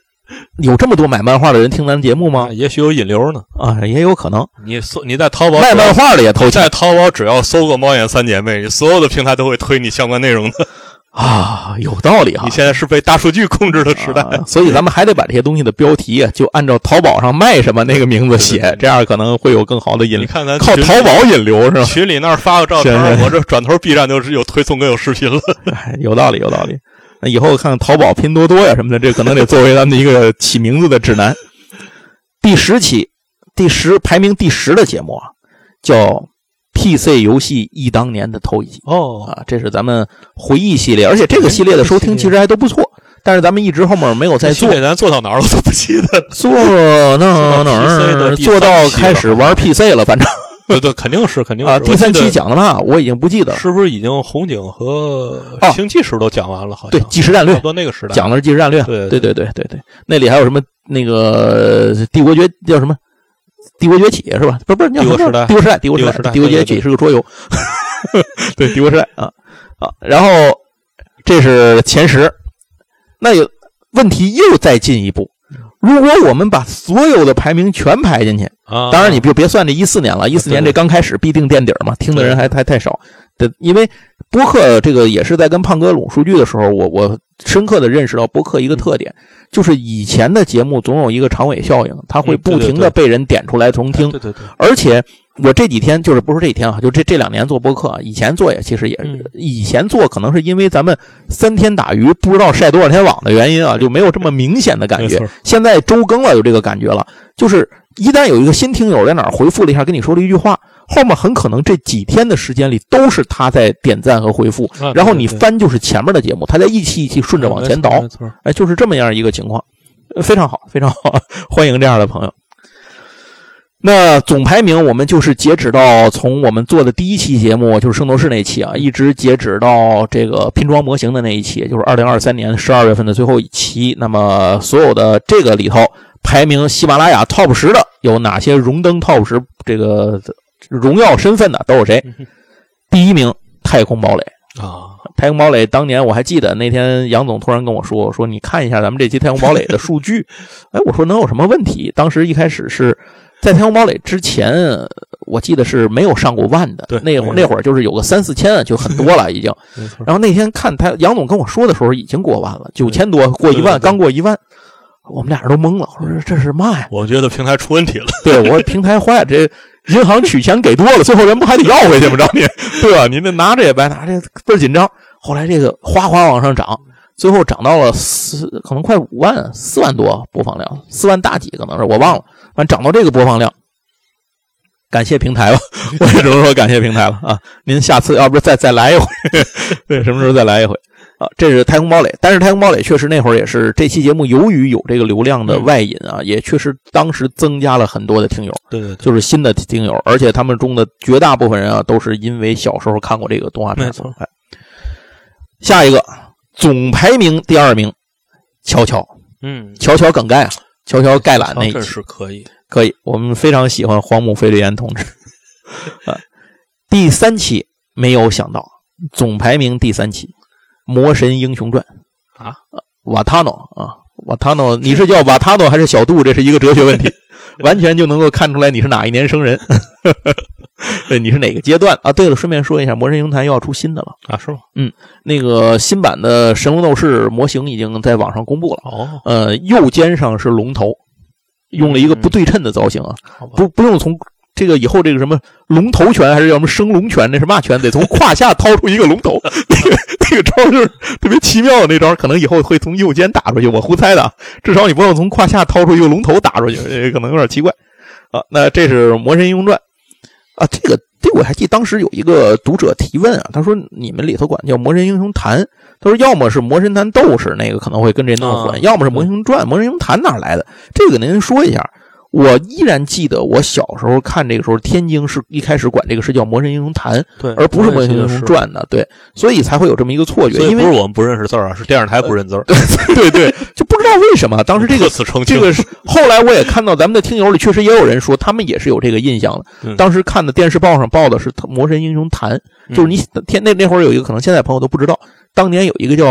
有这么多买漫画的人听咱节目吗？ 也许有引流呢啊，也有可能。 你搜你在淘宝卖漫画的也投钱， 在淘宝只要搜个猫眼三姐妹，所有的平台都会推你相关内容的。 啊，有道理啊！ 你现在是被大数据控制的时代， 啊、所以咱们还得把这些东西的标题啊，就按照淘宝上卖什么那个名字写，对对对，这样可能会有更好的引流。 你看咱靠淘宝引流是吧？ 群里那儿发个照片，我这转头 B 站就是有推送跟有视频了。 有道理，有道理。那以后看看淘宝、拼多多呀什么的，这可能得作为咱们的一个起名字的指南。第十期，第十排名第十的节目啊，叫。P C 游戏忆当年的头一集哦啊，这是咱们回忆系列，而且这个系列的收听其实还都不错，但是咱们一直后面没有再做。 咱做到哪儿我都不记得， 做到哪儿？做到开始玩 P C 了，反正对对，肯定是肯定是啊。第三期讲的嘛，我已经不记得了， 是不是已经红警和星际时都讲完了？好像对，即时战略， 差不多那个时代讲的是即时战略，对对对对对对，那里还有什么那个帝国崛叫什么？帝国崛起是吧？不是不是， 帝国时代， 帝国时代，帝国时代，帝国崛起是个桌游。对，帝国时代啊啊！然后这是前十，那有问题又再进一步。如果我们把所有的排名全排进去， 啊， 当然你就别算这一四年了，一四年这刚开始必定垫底嘛，听的人还还太少。对，因为播客这个也是在跟胖哥拢数据的时候，我我深刻的认识到播客一个特点，就是以前的节目总有一个长尾效应，它会不停的被人点出来重听。 对对对。 而且我这几天就是不是这几天啊，就这这两年做播客啊，以前做也其实也是，以前做可能是因为咱们三天打鱼不知道晒多少天网的原因啊，就没有这么明显的感觉。现在周更了有这个感觉了，就是一旦有一个新听友在哪儿回复了一下，跟你说了一句话，后面很可能这几天的时间里都是他在点赞和回复， 啊、 然后你翻就是前面的节目，他在一期一期顺着往前倒，哎，就是这么样一个情况，非常好，非常好，欢迎这样的朋友。那总排名我们就是截止到从我们做的第一期节目就是圣斗士那期啊，一直截止到这个拼装模型的那一期，就是二零二三年十二月份的最后一期。那么所有的这个里头排名喜马拉雅 top 十的有哪些荣登 top 十这个荣耀身份的都有谁？第一名太空堡垒啊， 太空堡垒当年我还记得那天杨总突然跟我说说你看一下咱们这期太空堡垒的数据，哎，我说能有什么问题？当时一开始是在太空堡垒之前，我记得是没有上过万的， 对， 那会儿那会儿就是有个三四千就很多了已经。然后那天看他杨总跟我说的时候已经过万了，九千多过一万，刚过一万。我们俩人都懵了，我说这是嘛呀？ 我觉得平台出问题了。 对，我说平台坏了，这银行取钱给多了，最后人不还得要回去吗？找你，对吧？你那拿着也白拿，这倍儿紧张。后来这个哗哗往上涨，最后涨到了四，可能快五万，四万多播放量，四万大几可能是我忘了，反正涨到这个播放量。感谢平台吧，我也只能说感谢平台了啊！您下次要不是再再来一回，对，什么时候再来一回？啊，这是太空堡垒，但是太空堡垒确实那会儿也是这期节目由于有这个流量的外引啊，嗯、也确实当时增加了很多的听友， 对对对， 就是新的听友，而且他们中的绝大部分人啊，都是因为小时候看过这个动画片。 没错。 下一个总排名第二名，乔乔， 嗯， 乔乔梗概啊，乔乔盖览那一期是可以， 可以，我们非常喜欢黄木飞利岩同志。啊，第三期没有想到总排名第三期。魔神英雄传啊， 瓦塔诺啊，瓦塔诺，你是叫瓦塔诺还是小杜？这是一个哲学问题，完全就能够看出来你是哪一年生人，对，你是哪个阶段啊？对了，顺便说一下，魔神英雄坛又要出新的了啊，是吗？ 嗯，那个新版的神龙斗士模型已经在网上公布了。 哦， 呃，右肩上是龙头，用了一个不对称的造型啊， 嗯、 不不用从。这个以后这个什么龙头拳还是叫什么升龙拳，那是嘛拳？得从胯下掏出一个龙头，那个那个招就是特别奇妙的那招，可能以后会从右肩打出去，我胡猜的啊。至少你不用从胯下掏出一个龙头打出去，这可能有点奇怪啊。那这是《魔神英雄传》啊，这个这个我还记得当时有一个读者提问啊，他说你们里头管叫《魔神英雄坛》，他说要么是《魔神坛斗士》那个可能会跟这弄混，啊、要么是《魔神英雄传》，《魔神英雄坛》哪来的？这个您说一下。我依然记得我小时候看这个时候，天津是一开始管这个是叫《魔神英雄坛》， 对， 而不是《魔神英雄传》的，对，所以才会有这么一个错觉。因为不是我们不认识字儿啊，是电视台不认字儿。 对对对，就不知道为什么当时这个这个是后来我也看到咱们的听友里确实也有人说他们也是有这个印象的。 嗯、 当时看的电视报上报的是《魔神英雄坛》，就是你天那那会儿有一个可能现在朋友都不知道，当年有一个叫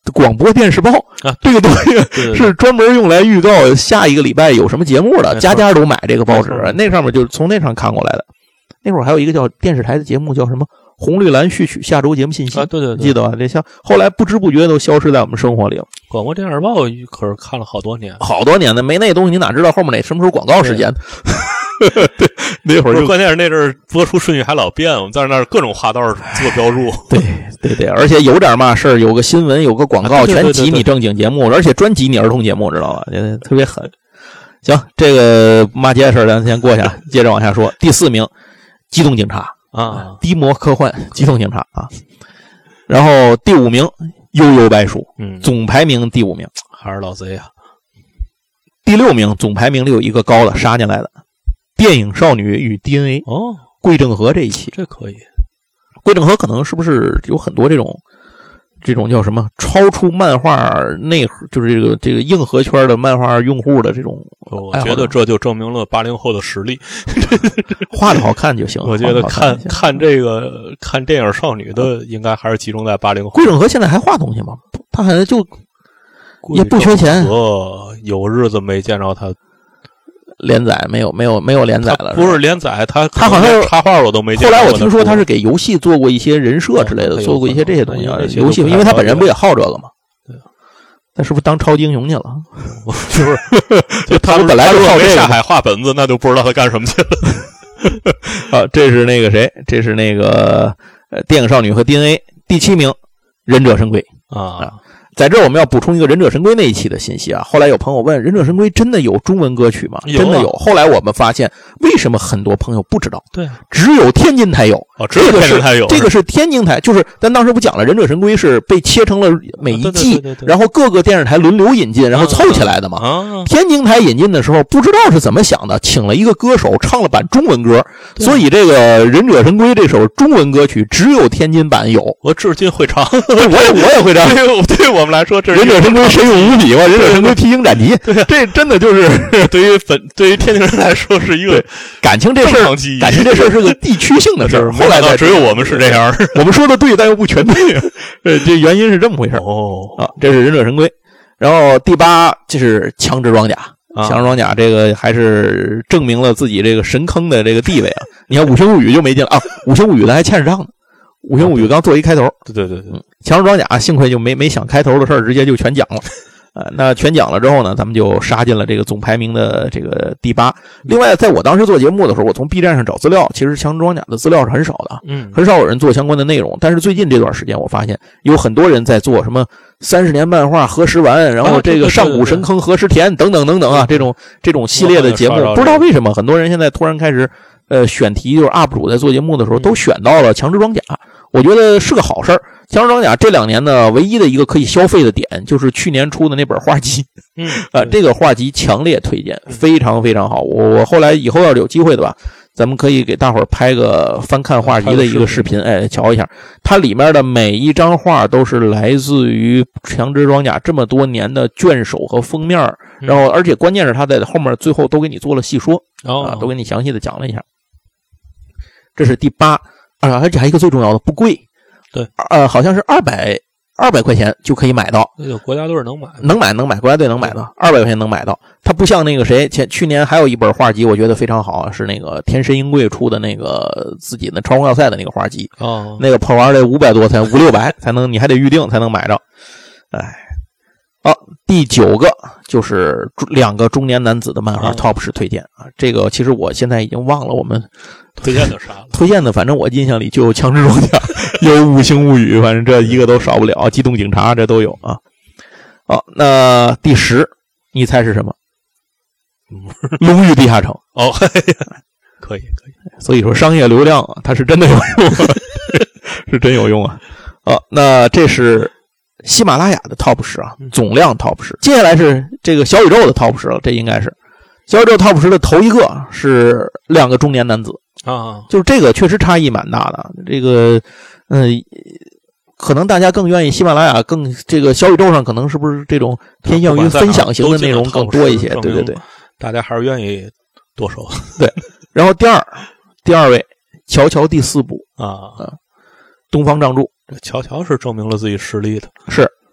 广播电视报啊， 这个东西对对对是专门用来预告下一个礼拜有什么节目的，家家都买这个报纸，那上面就是从那上看过来的。那会儿还有一个叫电视台的节目叫什么红绿蓝序曲下周节目信息啊，对对对， 记得吧？这像后来不知不觉都消失在我们生活里了。 广播电视报可是看了好多年， 好多年的没那东西，你哪知道后面哪什么时候广告时间？对，那会儿就关键是那阵儿播出顺序还老变，我们在那儿各种花道做标注。 对对对，而且有点嘛事儿，有个新闻，有个广告， 啊、对对对对全挤你正经节目，而且专挤你儿童节目，知道吧？特别狠。行，这个骂街的事儿咱先过去，接着往下说。第四名，机动警察啊， 低模科幻机动警察啊。然后第五名，悠悠白书， 嗯， 总排名第五名， 还是老贼啊。 第六名，总排名里有一个高的杀进来的。电影少女与 D N A 哦， 桂正和这一期， 这可以。 桂正和可能是不是有很多这种这种叫什么超出漫画内核，就是这个这个硬核圈的漫画用户的这种？ 我觉得这就证明了八零后的实力， 画的好看就行。 我觉得看看这个看电影少女的，应该还是集中在八零后。 桂正和现在还画东西吗？他好像就也不缺钱。 呃，有日子没见着他。 连载没有没有没有连载了， 不是连载，他他好像插画我都没见。 后来我听说他是给游戏做过一些人设之类的，做过一些这些东西啊。游戏，因为他本人不也好这个吗？对，他是不是当超级英雄去了？ 就是， 就他们本来就好这个。 下海画本子，那就不知道他干什么去了。 啊，这是那个谁？这是那个呃，电影少女和 D N A 第七名，忍者神龟啊。 在这儿我们要补充一个忍者神龟那一期的信息啊。后来有朋友问，忍者神龟真的有中文歌曲吗？ 有啊、 真的有。后来我们发现，为什么很多朋友不知道？ 对， 只有天津台有。 哦，只有天津台有。 这个是天津台，就是咱当时不讲了，忍者神龟是被切成了每一季， 啊、对对对对对然后各个电视台轮流引进，然后凑起来的嘛。 啊、 天津台引进的时候，不知道是怎么想的，请了一个歌手唱了版中文歌，所以这个忍者神龟这首中文歌曲只有天津版有。 我至今会唱， 我也我也会唱。 对，对我们来说，这是忍者神龟神勇无比嘛，忍者神龟披荆斩棘，这真的就是对于本对于天津人来说是一个感情这事儿，感情这事儿是个地区性的事儿。后来才只有我们是这样， 我们说的对，但又不全对。呃，这原因是这么回事哦啊。这是忍者神龟，然后第八就是强制装甲。强制装甲这个还是证明了自己这个神坑的这个地位啊！你看《五星物语》就没进了啊，《五星物语》咱还欠着账呢，《五星物语》刚做一开头， 对对对对， 嗯，强制装甲幸亏就没没想开头的事儿，直接就全讲了。呃，那全讲了之后呢，咱们就杀进了这个总排名的这个第八。另外，在我当时做节目的时候，我从 B 站上找资料，其实强制装甲的资料是很少的， 嗯， 很少有人做相关的内容。但是最近这段时间，我发现有很多人在做什么三十年漫画何时完，然后这个上古神坑何时填等等等等啊，这种这种系列的节目，不知道为什么很多人现在突然开始呃选题，就是 U P 主在做节目的时候都选到了强制装甲。我觉得是个好事儿。强制装甲这两年呢，唯一的一个可以消费的点就是去年出的那本画集， 嗯， 啊、呃，这个画集强烈推荐，非常非常好。我我后来以后要是有机会的吧，咱们可以给大伙儿拍个翻看画集的一个视频，哎，瞧一下，它里面的每一张画都是来自于强制装甲这么多年的卷首和封面，然后而且关键是它在后面最后都给你做了细说，啊，都给你详细的讲了一下。这是第八，啊，而且还有一个最重要的，不贵。 对， 呃，好像是二百二百块钱就可以买到。 那个国家队能买， 能买能买，国家队能买到，二百块钱能买到。它不像那个谁，前去年还有一本画集，我觉得非常好，是那个天神英贵出的那个自己的超荣耀赛的那个画集。 哦， 那个破玩得五百多才五六百才能，你还得预定才能买着。哎，好、哦，第九个就是两个中年男子的漫画 top 十推荐啊。这个其实我现在已经忘了我们。 推荐的啥了？ 推荐的，反正我印象里就有强制装甲，有五星物语，反正这一个都少不了。机动警察这都有啊。好，那第十，你猜是什么？龙与地下城。 哦，可以可以。 所以说商业流量啊，它是真的有用，是真有用啊。好，那这是喜马拉雅的 top 十啊，总量 top 十。接下来是这个小宇宙的 top 十了，这应该是。小宇宙 top 十的头一个是两个中年男子啊， 就是这个确实差异蛮大的。这个，嗯、呃，可能大家更愿意喜马拉雅更这个小宇宙上可能是不是这种偏向于分享型的内容更多一些？对对对， 大家还是愿意多收。 对，然后第二，第二位乔乔第四部啊， 啊，东方仗助， 乔乔是证明了自己实力的， 是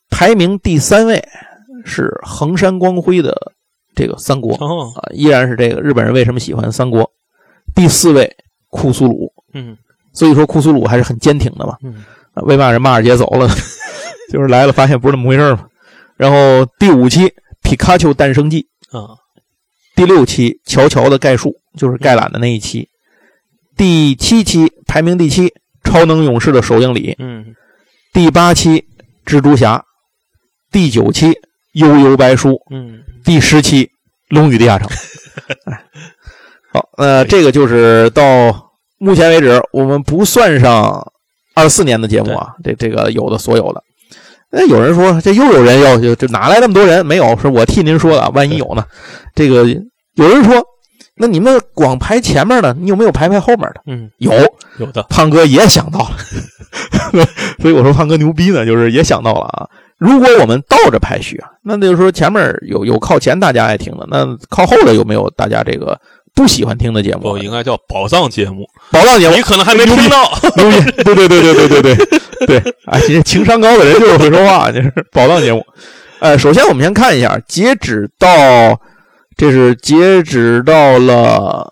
排名第三位是横山光辉的这个三国、 哦、 啊，依然是这个日本人为什么喜欢三国。第四位库苏鲁， 嗯， 所以说库苏鲁还是很坚挺的嘛。 嗯， 啊、为嘛人马尔杰走了，就是来了发现不是那么回事嘛。然后第五期皮卡丘诞生记啊， 第六期乔乔的概述，就是盖览的那一期。嗯、第七期排名第七，超能勇士的首映礼。 嗯，第八期蜘蛛侠，第九期悠悠白书， 嗯， 第十期龙与地下城。好，呃，这个就是到目前为止，我们不算上二十四年的节目啊，这这个有的所有的。那有人说这又有人要就这哪来那么多人？没有，是我替您说的，万一有呢？这个有人说，那你们光排前面的，你有没有排排后面的？ 嗯， 有， 有的。 胖哥也想到了，所以我说胖哥牛逼呢，就是也想到了啊。如果我们倒着排序啊，那就是说前面有有靠前大家爱听的，那靠后的有没有大家这个不喜欢听的节目？ 不应该叫宝藏节目， 宝藏节目， 你可能还没听到。 牛逼，对对对对对对对对，哎，这情商高的人就是会说话，这是宝藏节目。呃，首先我们先看一下，截止到这是截止到了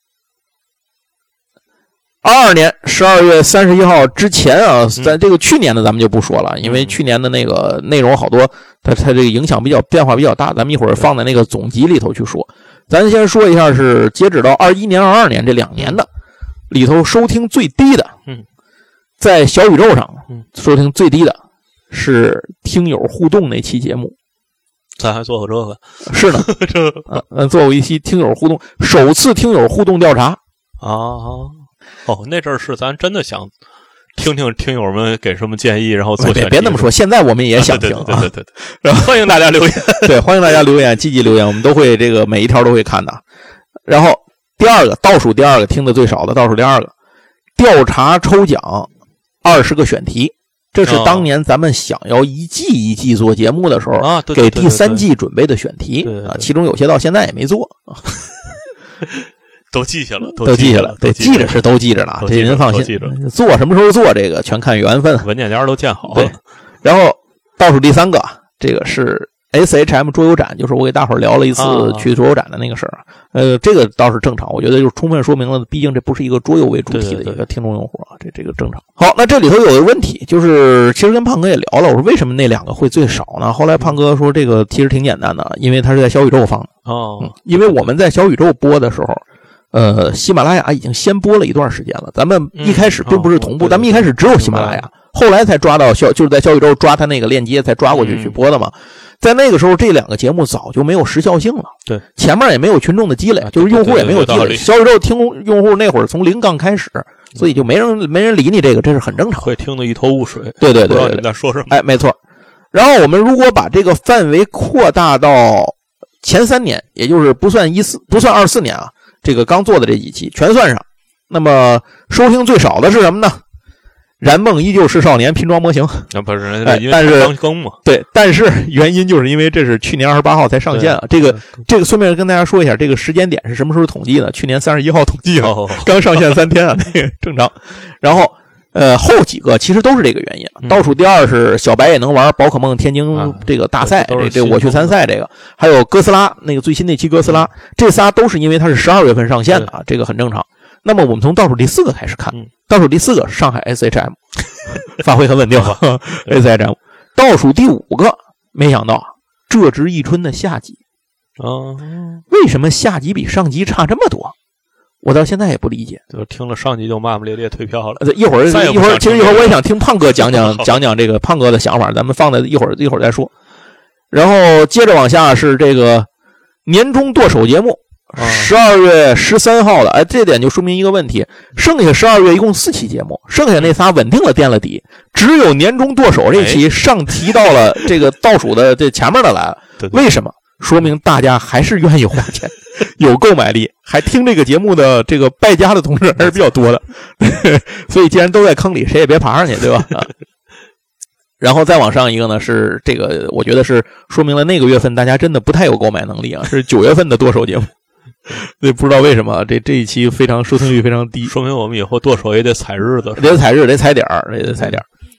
二二年十二月三十一号之前啊，在这个去年的咱们就不说了，因为去年的那个内容好多，它它这个影响比较变化比较大，咱们一会儿放在那个总集里头去说。咱先说一下，是截止到二一年、二二年这两年的里头收听最低的， 嗯， 在小宇宙上， 嗯， 收听最低的是听友互动那期节目。 咱还做过这个？ 是的，嗯嗯，做过一期听友互动，首次听友互动调查啊。哦，那阵儿是咱真的想听听听友们给什么建议，然后做。 别别那么说，现在我们也想听啊。 对对对对对，欢迎大家留言。 对，欢迎大家留言，积极留言，我们都会这个每一条都会看的。然后第二个，倒数第二个听的最少的，倒数第二个，调查抽奖二十个选题，这是当年咱们想要一季一季做节目的时候啊， 给第三季准备的选题啊，其中有些到现在也没做啊。 都记下了， 都记下了，对，记着是都记着了，这您放心。做什么时候做这个，全看缘分。 文件夹都建好了。 对，然后倒数第三个，这个是 S H M 桌游展，就是我给大伙儿聊了一次去桌游展的那个事儿。呃，这个倒是正常，我觉得就充分说明了，毕竟这不是一个桌游为主题的一个听众用户啊，这这个正常。好，那这里头有一个问题，就是其实跟胖哥也聊了，我说为什么那两个会最少呢？后来胖哥说这个其实挺简单的，因为他是在小宇宙放的。 哦、 嗯，因为我们在小宇宙播的时候。呃，喜马拉雅已经先播了一段时间了，咱们一开始并不是同步，嗯哦、咱们一开始只有喜马拉雅，后来才抓到小，就是在小宇宙抓他那个链接才抓过去去播的嘛。嗯、在那个时候，这两个节目早就没有时效性了， 对， 前面也没有群众的积累，就是用户也没有积累。小宇宙听用户那会儿从零刚开始，所以就没人没人理你这个，这是很正常， 会听得一头雾水。 对对对对， 不知道你在说什么？ 哎，没错。然后我们如果把这个范围扩大到前三年，也就是不算一四，不算二四年啊。这个刚做的这几期全算上，那么收听最少的是什么呢？燃梦依旧是少年拼装模型， 啊不是， 哎，但是刚更嘛， 对，但是原因就是因为这是去年二十八号才上线啊。这个这个顺便跟大家说一下，这个时间点是什么时候统计的？去年三十一号统计的， 哦、 刚上线三天啊，那个正常。然后呃，后几个其实都是这个原因。 嗯、 倒数第二是小白也能玩宝可梦天津这个大赛， 啊、 这这我去参赛这个，还有哥斯拉那个最新那期哥斯拉，这仨都是因为它是十二月份上线的啊，这个很正常。那么我们从倒数第四个开始看， 嗯、 倒数第四个上海 S H M 发挥很稳定，S H M 倒数第五个，没想到浙之一春的下集啊， 为什么下集比上集差这么多？我到现在也不理解， 就听了上集就骂骂咧咧退票了。 一会儿一会儿，其实一会儿我也想听胖哥讲讲讲讲这个胖哥的想法，咱们放在一会儿一会儿再说。然后接着往下是这个年终剁手节目，十二月十三号的，哎，这点就说明一个问题：剩下十二月一共四期节目，剩下那仨稳定了垫了底，只有年终剁手这期上提到了这个倒数的这前面的来了，为什么？说明大家还是愿意花钱，有购买力，还听这个节目的这个败家的同志还是比较多的，所以既然都在坑里，谁也别爬上去，对吧？啊，然后再往上一个呢，是这个，我觉得是说明了那个月份大家真的不太有购买能力啊，是九月份的剁手节目。那不知道为什么这这一期非常收听率非常低， 说明我们以后剁手也得踩日子， 得踩日得踩点儿，也得踩点儿。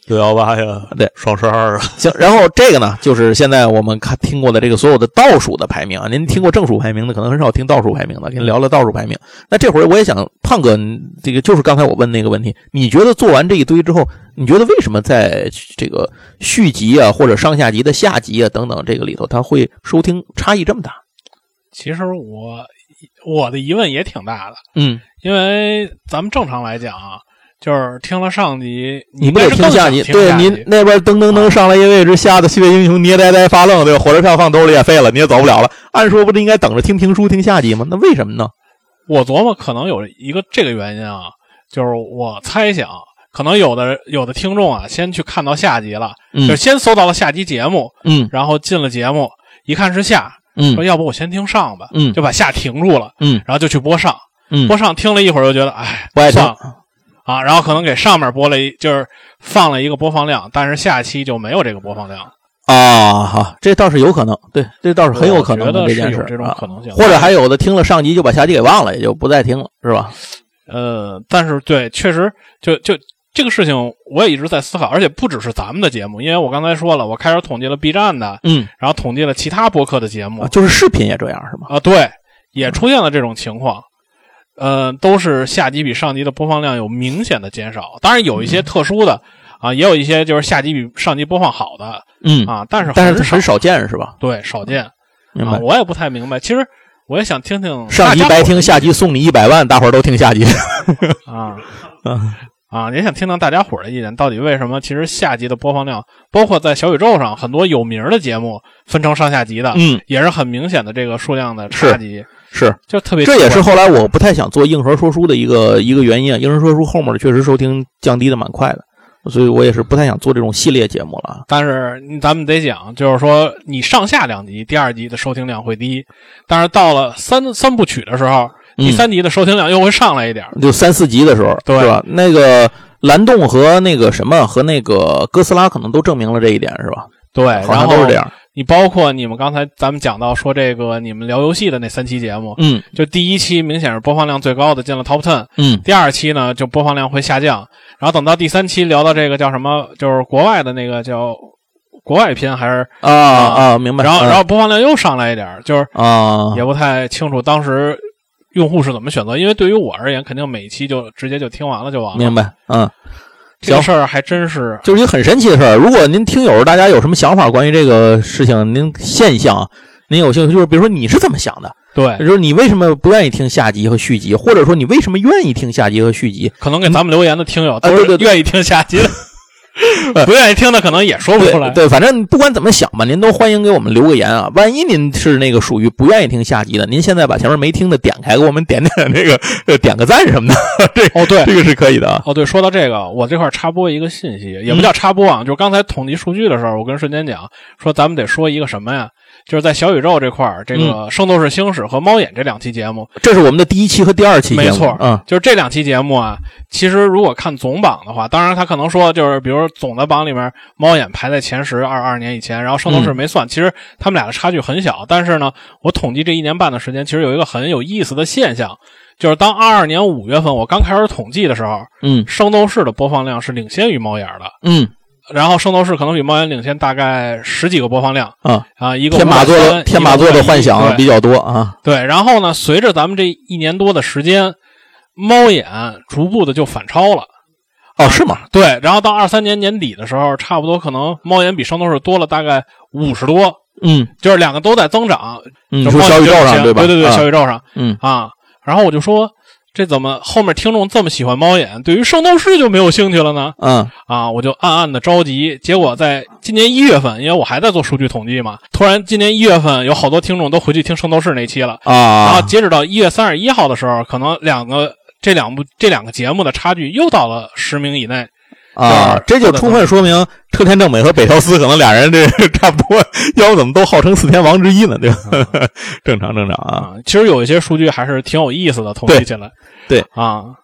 六幺八呀， 对， 双十二啊。 行，然后这个呢，就是现在我们看听过的这个所有的倒数的排名啊。您听过正数排名的，可能很少听倒数排名的，跟您聊聊倒数排名。那这会儿我也想，胖哥，这个就是刚才我问那个问题，你觉得做完这一堆之后，你觉得为什么在这个续集啊，或者上下集的下集啊等等这个里头，它会收听差异这么大？ 其实我我的疑问也挺大的， 嗯， 因为咱们正常来讲啊，就是听了上集， 你不得听下集？对，您那边噔噔噔上来一个位置，吓得七位英雄捏呆呆发愣，对吧？火车票放兜里也废了，你也走不了了。按说不是应该等着听评书、听下集吗？那为什么呢？ 我琢磨可能有一个这个原因啊，就是我猜想，可能有的有的听众啊，先去看到下集了， 嗯、 就是先搜到了下集节目， 嗯， 然后进了节目，一看是下。 嗯， 说要不我先听上吧， 嗯， 就把下停住了， 嗯， 然后就去播上， 嗯， 播上听了一会儿，又觉得哎不爱听啊，然后可能给上面播了一，就是放了一个播放量，但是下期就没有这个播放量啊，好，这倒是有可能，对，这倒是很有可能的这件事， 这种可能性、 啊，或者还有的听了上集就把下集给忘了，也就不再听了，是吧？ 呃，但是对，确实就就。这个事情我也一直在思考，而且不只是咱们的节目，因为我刚才说了，我开始统计了 B 站的， 嗯， 然后统计了其他播客的节目， 啊、就是视频也这样是吗？ 啊，对，也出现了这种情况，呃，都是下集比上集的播放量有明显的减少，当然有一些特殊的、嗯、啊，也有一些就是下集比上集播放好的， 嗯啊，但是但是很少见是吧？ 对，少见， 明白、 啊？我也不太明白，其实我也想听听上集白听，下集送你一百万，大伙儿都听下集啊啊。啊，也想听听大家伙的意见，到底为什么其实下集的播放量，包括在小宇宙上很多有名的节目分成上下集的， 嗯， 也是很明显的这个数量的差距， 是，是就特别。 这也是后来我不太想做硬核说书的一个一个原因啊，硬核说书后面确实收听降低的蛮快的，所以我也是不太想做这种系列节目了。 但是咱们得讲，就是说你上下两集，第二集的收听量会低，但是到了三三部曲的时候。第三集的收听量又会上来一点、 嗯、就三四集的时候， 对是吧？那个蓝洞和那个什么和那个哥斯拉可能都证明了这一点，是吧？ 对， 好像都是这样。 你包括你们刚才咱们讲到说这个你们聊游戏的那三期节目， 嗯， 就第一期明显是播放量最高的，进了 top ten， 嗯， 第二期呢就播放量会下降，然后等到第三期聊到这个叫什么，就是国外的那个叫国外篇还是啊啊，明白？ 然后、 啊、 然后播放量又上来一点，就是啊， 也不太清楚当时。用户是怎么选择？因为对于我而言，肯定每一期就直接就听完了就完了。 明白，嗯， 这个事儿还真是， 就是一个很神奇的事儿。如果您听友大家有什么想法关于这个事情，您现象，您有兴趣，就是比如说你是怎么想的？ 对， 就是你为什么不愿意听下集和续集，或者说你为什么愿意听下集和续集？ 可能给咱们留言的听友都是愿意听下集的。不愿意听的可能也说不出来。 对，对，反正不管怎么想吧，您都欢迎给我们留个言啊。万一您是那个属于不愿意听下集的，您现在把前面没听的点开，给我们点点这个呃点个赞什么的。这哦，对， 这个是可以的啊。 哦，对，说到这个，我这块插播一个信息，也不叫插播啊，嗯、就是刚才统计数据的时候，我跟瞬间讲说，咱们得说一个什么呀？就是在小宇宙这块儿，这个《圣斗士星矢》和猫眼这两期节目， 这是我们的第一期和第二期节目， 没错， 嗯， 就是这两期节目啊。其实如果看总榜的话，当然他可能说就是，比如总的榜里面，猫眼排在前十，二二年以前，然后圣斗士没算，嗯、其实他们俩的差距很小。但是呢，我统计这一年半的时间，其实有一个很有意思的现象，就是当二二年五月份我刚开始统计的时候， 嗯， 圣斗士的播放量是领先于猫眼的， 嗯。 然后圣斗士可能比猫眼领先大概十几个播放量啊啊，一个天马座的天马座的幻想比较多啊。 对，然后呢，随着咱们这一年多的时间，猫眼逐步的就反超了。 哦，是吗？ 对，然后到二三年年底的时候，差不多可能猫眼比圣斗士多了大概五十多。 嗯， 就是两个都在增长。 嗯，说小宇宙上对吧？ 对对对， 啊、 小宇宙上。 嗯啊，然后我就说。这怎么后面听众这么喜欢猫眼，对于圣斗士就没有兴趣了呢？ 嗯啊，我就暗暗的着急。结果在今年一月份，因为我还在做数据统计嘛，突然今年一月份有好多听众都回去听圣斗士那期了啊。 然后截止到一月三十一号的时候，可能两个这两部这两个节目的差距又到了十名以内。 啊，这就充分说明车田正美和北条司可能俩人这差不多，要不怎么都号称四天王之一呢？对吧？嗯、正常正常啊、 啊。其实有一些数据还是挺有意思的，统计起来。 对, 对啊，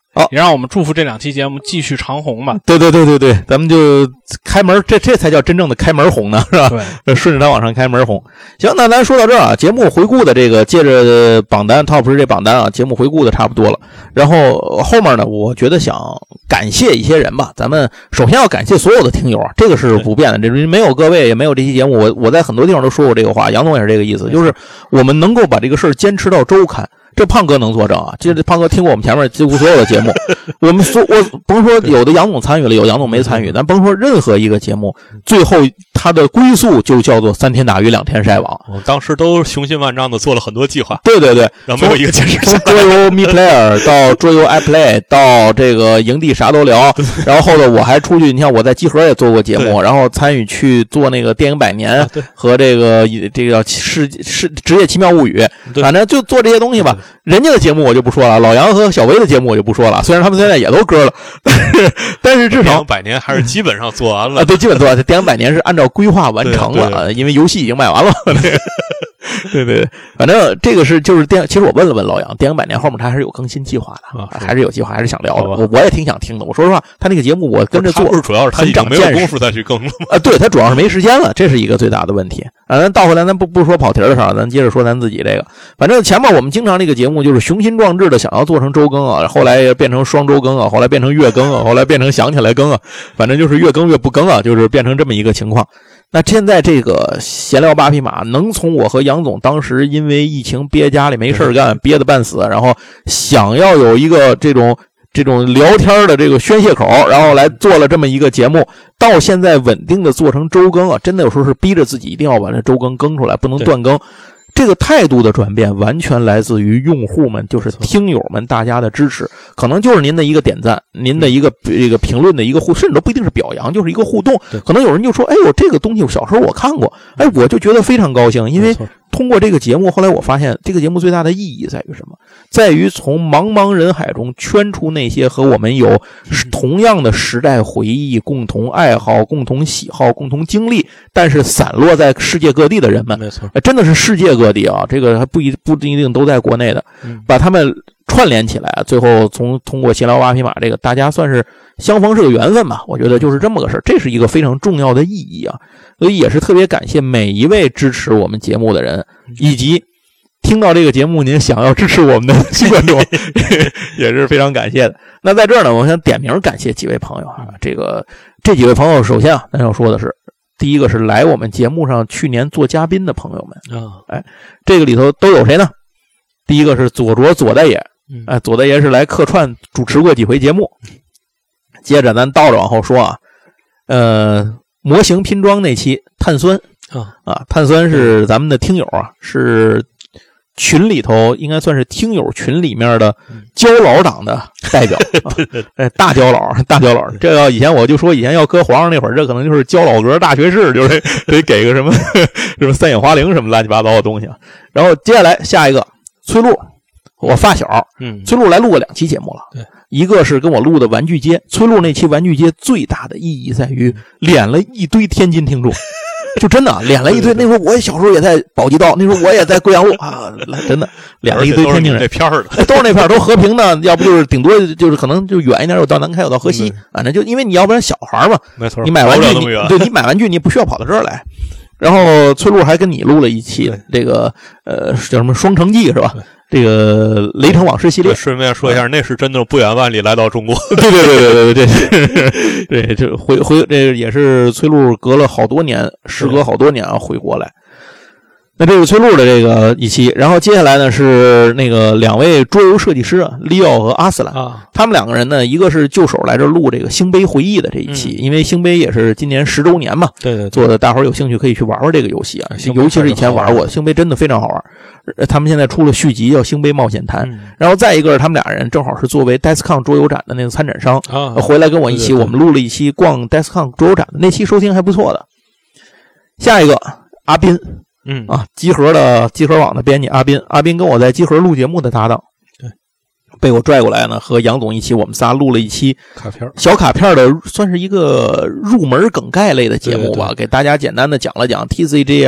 好， 也让我们祝福这两期节目继续长红吧。 对对对对对，咱们就开门，这这才叫真正的开门红呢，是吧？ 对， 顺着它往上开门红。行，那咱说到这儿啊，节目回顾的这个，借着榜单 Top 十这榜单啊，节目回顾的差不多了。然后后面呢，我觉得想感谢一些人吧。咱们首先要感谢所有的听友啊，这个是不变的，这没有各位也没有这期节目，我我在很多地方都说过这个话，杨总也是这个意思，就是我们能够把这个事儿坚持到周刊。这胖哥能作证啊！其实胖哥听过我们前面几乎所有的节目，我们说，我甭说有的杨总参与了，有杨总没参与，咱甭说任何一个节目，最后它的归宿就叫做三天打鱼两天晒网。 我当时都雄心万丈的做了很多计划， 对对对， 然后没有一个坚持下来。 从桌游 Me Player 到桌游 I Play 到这个营地啥都聊，然后后头我还出去，你看我在集合也做过节目，然后参与去做那个电影百年和这个这个世世职业奇妙物语，反正就做这些东西吧。人家的节目我就不说了，老杨和小薇的节目我就不说了，虽然他们现在也都割了，但是但是至少电影百年还是基本上做完了啊，对，基本做完。电影百年是按照规划完成了啊，因为游戏已经卖完了。对对，反正这个是就是电，其实我问了问老杨，电影百年后面他还是有更新计划的，啊、还是有计划，还是想聊的。我我也挺想听的。我说实话，他那个节目我跟着做， 不是主要是他已经没有功夫再去更了啊，对他主要是没时间了，这是一个最大的问题啊。咱倒回来，咱不不说跑题的事儿，咱接着说咱自己这个。反正前面我们经常这个节目就是雄心壮志的想要做成周更啊，后来变成双周更啊，后来变成月更啊，后来变成想起来更啊，反正就是越更越不更啊，就是变成这么一个情况。那现在这个闲聊八匹马能从我和杨总当时因为疫情憋家里没事干，憋得半死，然后想要有一个这种这种聊天的这个宣泄口，然后来做了这么一个节目，到现在稳定的做成周更啊，真的有时候是逼着自己一定要把这周更更出来，不能断更。这个态度的转变完全来自于用户们，就是听友们大家的支持，可能就是您的一个点赞，您的一个这个评论的一个互，甚至都不一定是表扬，就是一个互动。可能有人就说：“哎呦，这个东西小时候我看过，哎，我就觉得非常高兴，因为通过这个节目，后来我发现这个节目最大的意义在于什么？在于从茫茫人海中圈出那些和我们有同样的时代回忆、共同爱好、共同喜好、共同经历，但是散落在世界各地的人们。 没错， 真的是世界各地啊，这个还不一不一定都在国内的，把他们串联起来，最后从通过闲聊八匹马这个，大家算是相逢是个缘分吧，我觉得就是这么个事儿，这是一个非常重要的意义啊，所以也是特别感谢每一位支持我们节目的人，以及听到这个节目您想要支持我们的新观众，也是非常感谢的。那在这儿呢，我想点名感谢几位朋友啊，这个这几位朋友，首先啊，咱要说的是。第一个是来我们节目上去年做嘉宾的朋友们啊，哎，这个里头都有谁呢？第一个是左卓左大爷，哎，左大爷是来客串主持过几回节目。接着咱倒着往后说啊，呃，模型拼装那期碳酸啊啊，碳酸是咱们的听友啊，是群里头应该算是听友群里面的焦老党的代表啊，哎，大焦老，大焦老，这要以前我就说以前要搁皇上那会儿，这可能就是焦老阁大学士，就是得给个什么什么三眼花翎什么乱七八糟的东西啊。然后接下来下一个崔璐，我发小，嗯，崔璐来录过两期节目了，对，一个是跟我录的玩具街，崔璐那期玩具街最大的意义在于敛了一堆天津听众。就真的敛了一堆，那时候我也小时候也在宝鸡道，那时候我也在贵阳路啊，真的敛了一堆天津人。 这片儿的都是那片儿，都和平的，要不就是顶多就是可能就远一点，有到南开，有到河西，反正就因为你要不然小孩嘛， 没错， 你买玩具，你对你买玩具你不需要跑到这儿来。然后崔璐还跟你录了一期这个呃叫什么双城记是吧？这个雷城往事系列， 顺便说一下，那是真的不远万里来到中国。 对对对对对对对，对，这回回这也是崔璐隔了好多年，时隔好多年啊回国来。那这是崔璐的这个一期，然后接下来呢是那个两位桌游设计师啊，利奥和阿斯兰啊，他们两个人呢，一个是就手来这录这个星杯回忆的这一期，嗯、因为星杯也是今年十周年嘛， 对对， 做的大伙儿有兴趣可以去玩玩这个游戏啊，尤其是以前玩过，星杯真的非常好玩。他们现在出了续集叫《星杯冒险谈》，嗯、然后再一个是他们俩人正好是作为 DESCON 桌游展的那个参展商啊，回来跟我一起，对对对我们录了一期逛 DESCON 桌游展的那期，收听还不错的。下一个阿斌。嗯啊，集合的集合网的编辑阿斌，阿斌跟我在集合录节目的搭档，对，被我拽过来呢，和杨总一起，我们仨录了一期卡片小卡片的，算是一个入门梗概类的节目吧，对对对给大家简单的讲了讲 T C G 啊，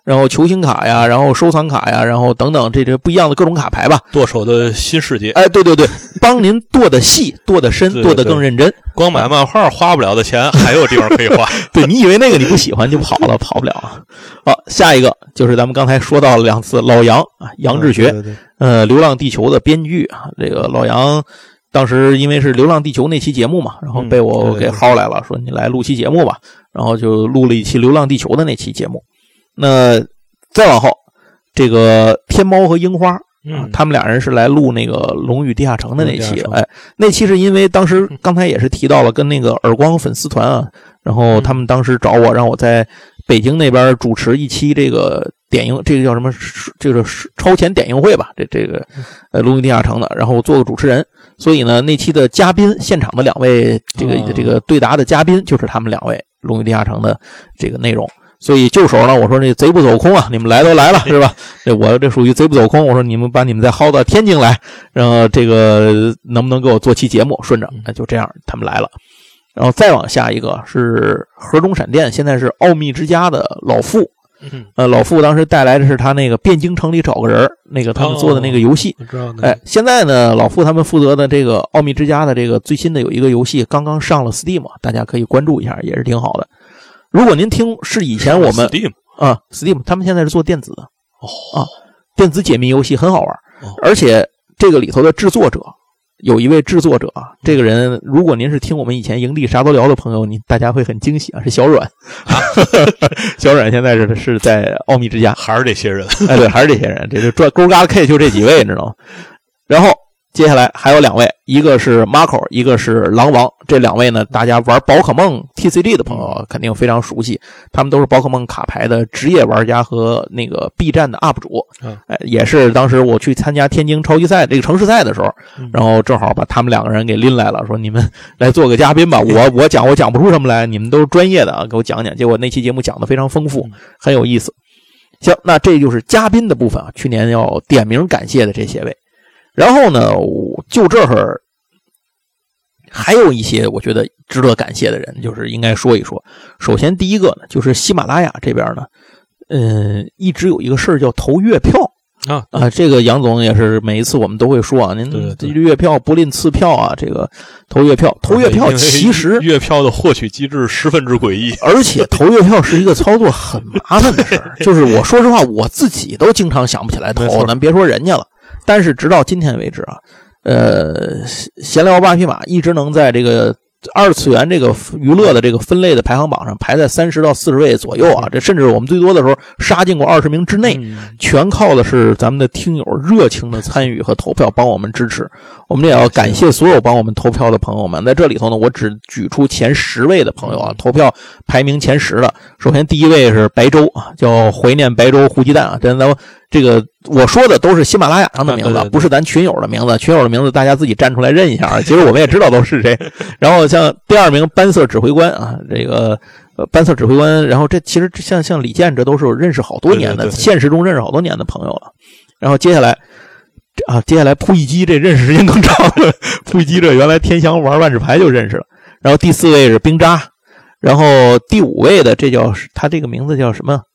然后球星卡呀，然后收藏卡呀，然后等等这这不一样的各种卡牌吧。 剁手的新世界， 哎，对对对，帮您剁得细，剁得深， 对对剁得更认真。 光买漫画花不了的钱，还有地方可以花。 对，你以为那个你不喜欢就跑了，跑不了啊。好，下一个就是咱们刚才说到了两次老杨啊，杨志学， 对对对呃，《流浪地球》的编剧啊，这个老杨当时因为是《流浪地球》那期节目嘛，然后被我给薅来了，说你来录期节目吧，然后就录了一期《流浪地球》的那期节目。那再往后，这个天猫和樱花。 嗯， 他们俩人是来录那个《龙与地下城》的那期， 龙与地下城哎，那期是因为当时刚才也是提到了跟那个耳光粉丝团啊，然后他们当时找我，让我在北京那边主持一期这个点映，这个叫什么？这个超前点映会吧，这这个呃《龙与地下城》的，然后我做个主持人，所以呢，那期的嘉宾，现场的两位这个这个对答的嘉宾就是他们两位《龙与地下城》的这个内容。所以就手呢，我说那贼不走空啊，你们来都来了是吧？这我这属于贼不走空。我说你们把你们再薅到天津来，然后这个能不能给我做期节目？顺着，就这样他们来了。然后再往下一个是河中闪电，现在是奥秘之家的老傅。呃，老傅当时带来的是他那个汴京城里找个人，那个他们做的那个游戏。 我知道那个。 哎，现在呢，老傅他们负责的这个奥秘之家的这个最新的有一个游戏刚刚上了 Steam， 大家可以关注一下，也是挺好的。如果您听是以前我们 Steam 啊 Steam 他们现在是做电子的哦啊，电子解密游戏很好玩， 哦、 而且这个里头的制作者有一位制作者啊，这个人如果您是听我们以前营地啥都聊的朋友，你大家会很惊喜啊，是小阮，啊、小阮现在是是在奥秘之家， 还是这些人， 哎对，还是这些人，这是转勾嘎 K 就这几位，你知道吗？然后。接下来还有两位，一个是 Marco， 一个是狼王。这两位呢，大家玩宝可梦 T C G 的朋友肯定非常熟悉，他们都是宝可梦卡牌的职业玩家和那个 B 站的 U P 主。哎，也是当时我去参加天津超级赛这个城市赛的时候，然后正好把他们两个人给拎来了，说你们来做个嘉宾吧。我我讲我讲不出什么来，你们都是专业的啊，给我讲讲。结果那期节目讲得非常丰富，很有意思。行，那这就是嘉宾的部分啊，去年要点名感谢的这些位。然后呢，就这儿还有一些我觉得值得感谢的人，就是应该说一说。首先第一个呢，就是喜马拉雅这边呢，嗯、呃，一直有一个事儿叫投月票啊啊，这个杨总也是每一次我们都会说啊，您这月票不吝赐票啊，这个投月票，投月票其实月票的获取机制十分之诡异， 而且投月票是一个操作很麻烦的事儿，就是我说实话，我自己都经常想不起来投，咱别说人家了。但是直到今天为止啊，呃，闲聊八匹马一直能在这个二次元这个娱乐的这个分类的排行榜上排在三十到四十位左右啊，这甚至我们最多的时候杀进过二十名之内，全靠的是咱们的听友热情的参与和投票帮我们支持。我们也要感谢所有帮我们投票的朋友们。在这里头呢，我只举出前十位的朋友啊，投票排名前十的。首先第一位是白粥啊，叫怀念白粥胡鸡蛋啊，这咱们这个我说的都是喜马拉雅上的名字，啊、对对对不是咱群友的名字。群友的名字大家自己站出来认一下啊。其实我们也知道都是谁。然后像第二名班色指挥官啊，这个呃班色指挥官，然后这其实像像李健这都是认识好多年的，对对对现实中认识好多年的朋友了。然后接下来啊，接下来扑一机这认识时间更长了，扑一机这原来天祥玩万智牌就认识了。然后第四位是冰渣，然后第五位的这叫他这个名字叫什么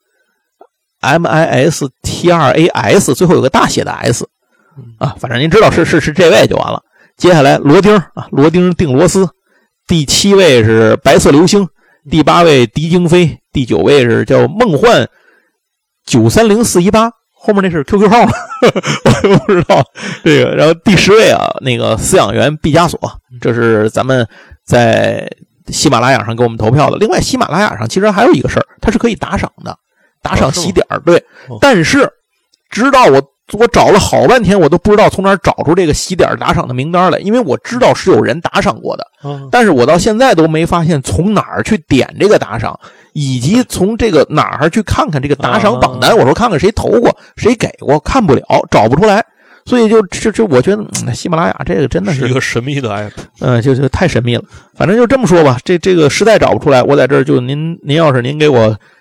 ？M I S T R A S， 最后有个大写的 S 啊，反正您知道是是是这位就完了。接下来罗丁啊，罗丁定罗斯，第七位是白色流星，第八位狄京飞，第九位是叫梦幻九三零四一八，后面那是 Q Q 号，我也不知道这个。然后第十位啊，那个饲养员毕加索，这是咱们在喜马拉雅上给我们投票的。另外，喜马拉雅上其实还有一个事儿，它是可以打赏的。打赏喜点儿，对，但是直到我我找了好半天，我都不知道从哪儿找出这个喜点打赏的名单来，因为我知道是有人打赏过的，但是我到现在都没发现从哪儿去点这个打赏，以及从这个哪儿去看看这个打赏榜单。我说看看谁投过，谁给过，看不了，找不出来。所以就这这，我觉得、嗯、喜马拉雅这个真的 是, 是一个神秘的 app， 嗯，就就太神秘了。反正就这么说吧，这这个实在找不出来，我在这儿就您您要是您给我。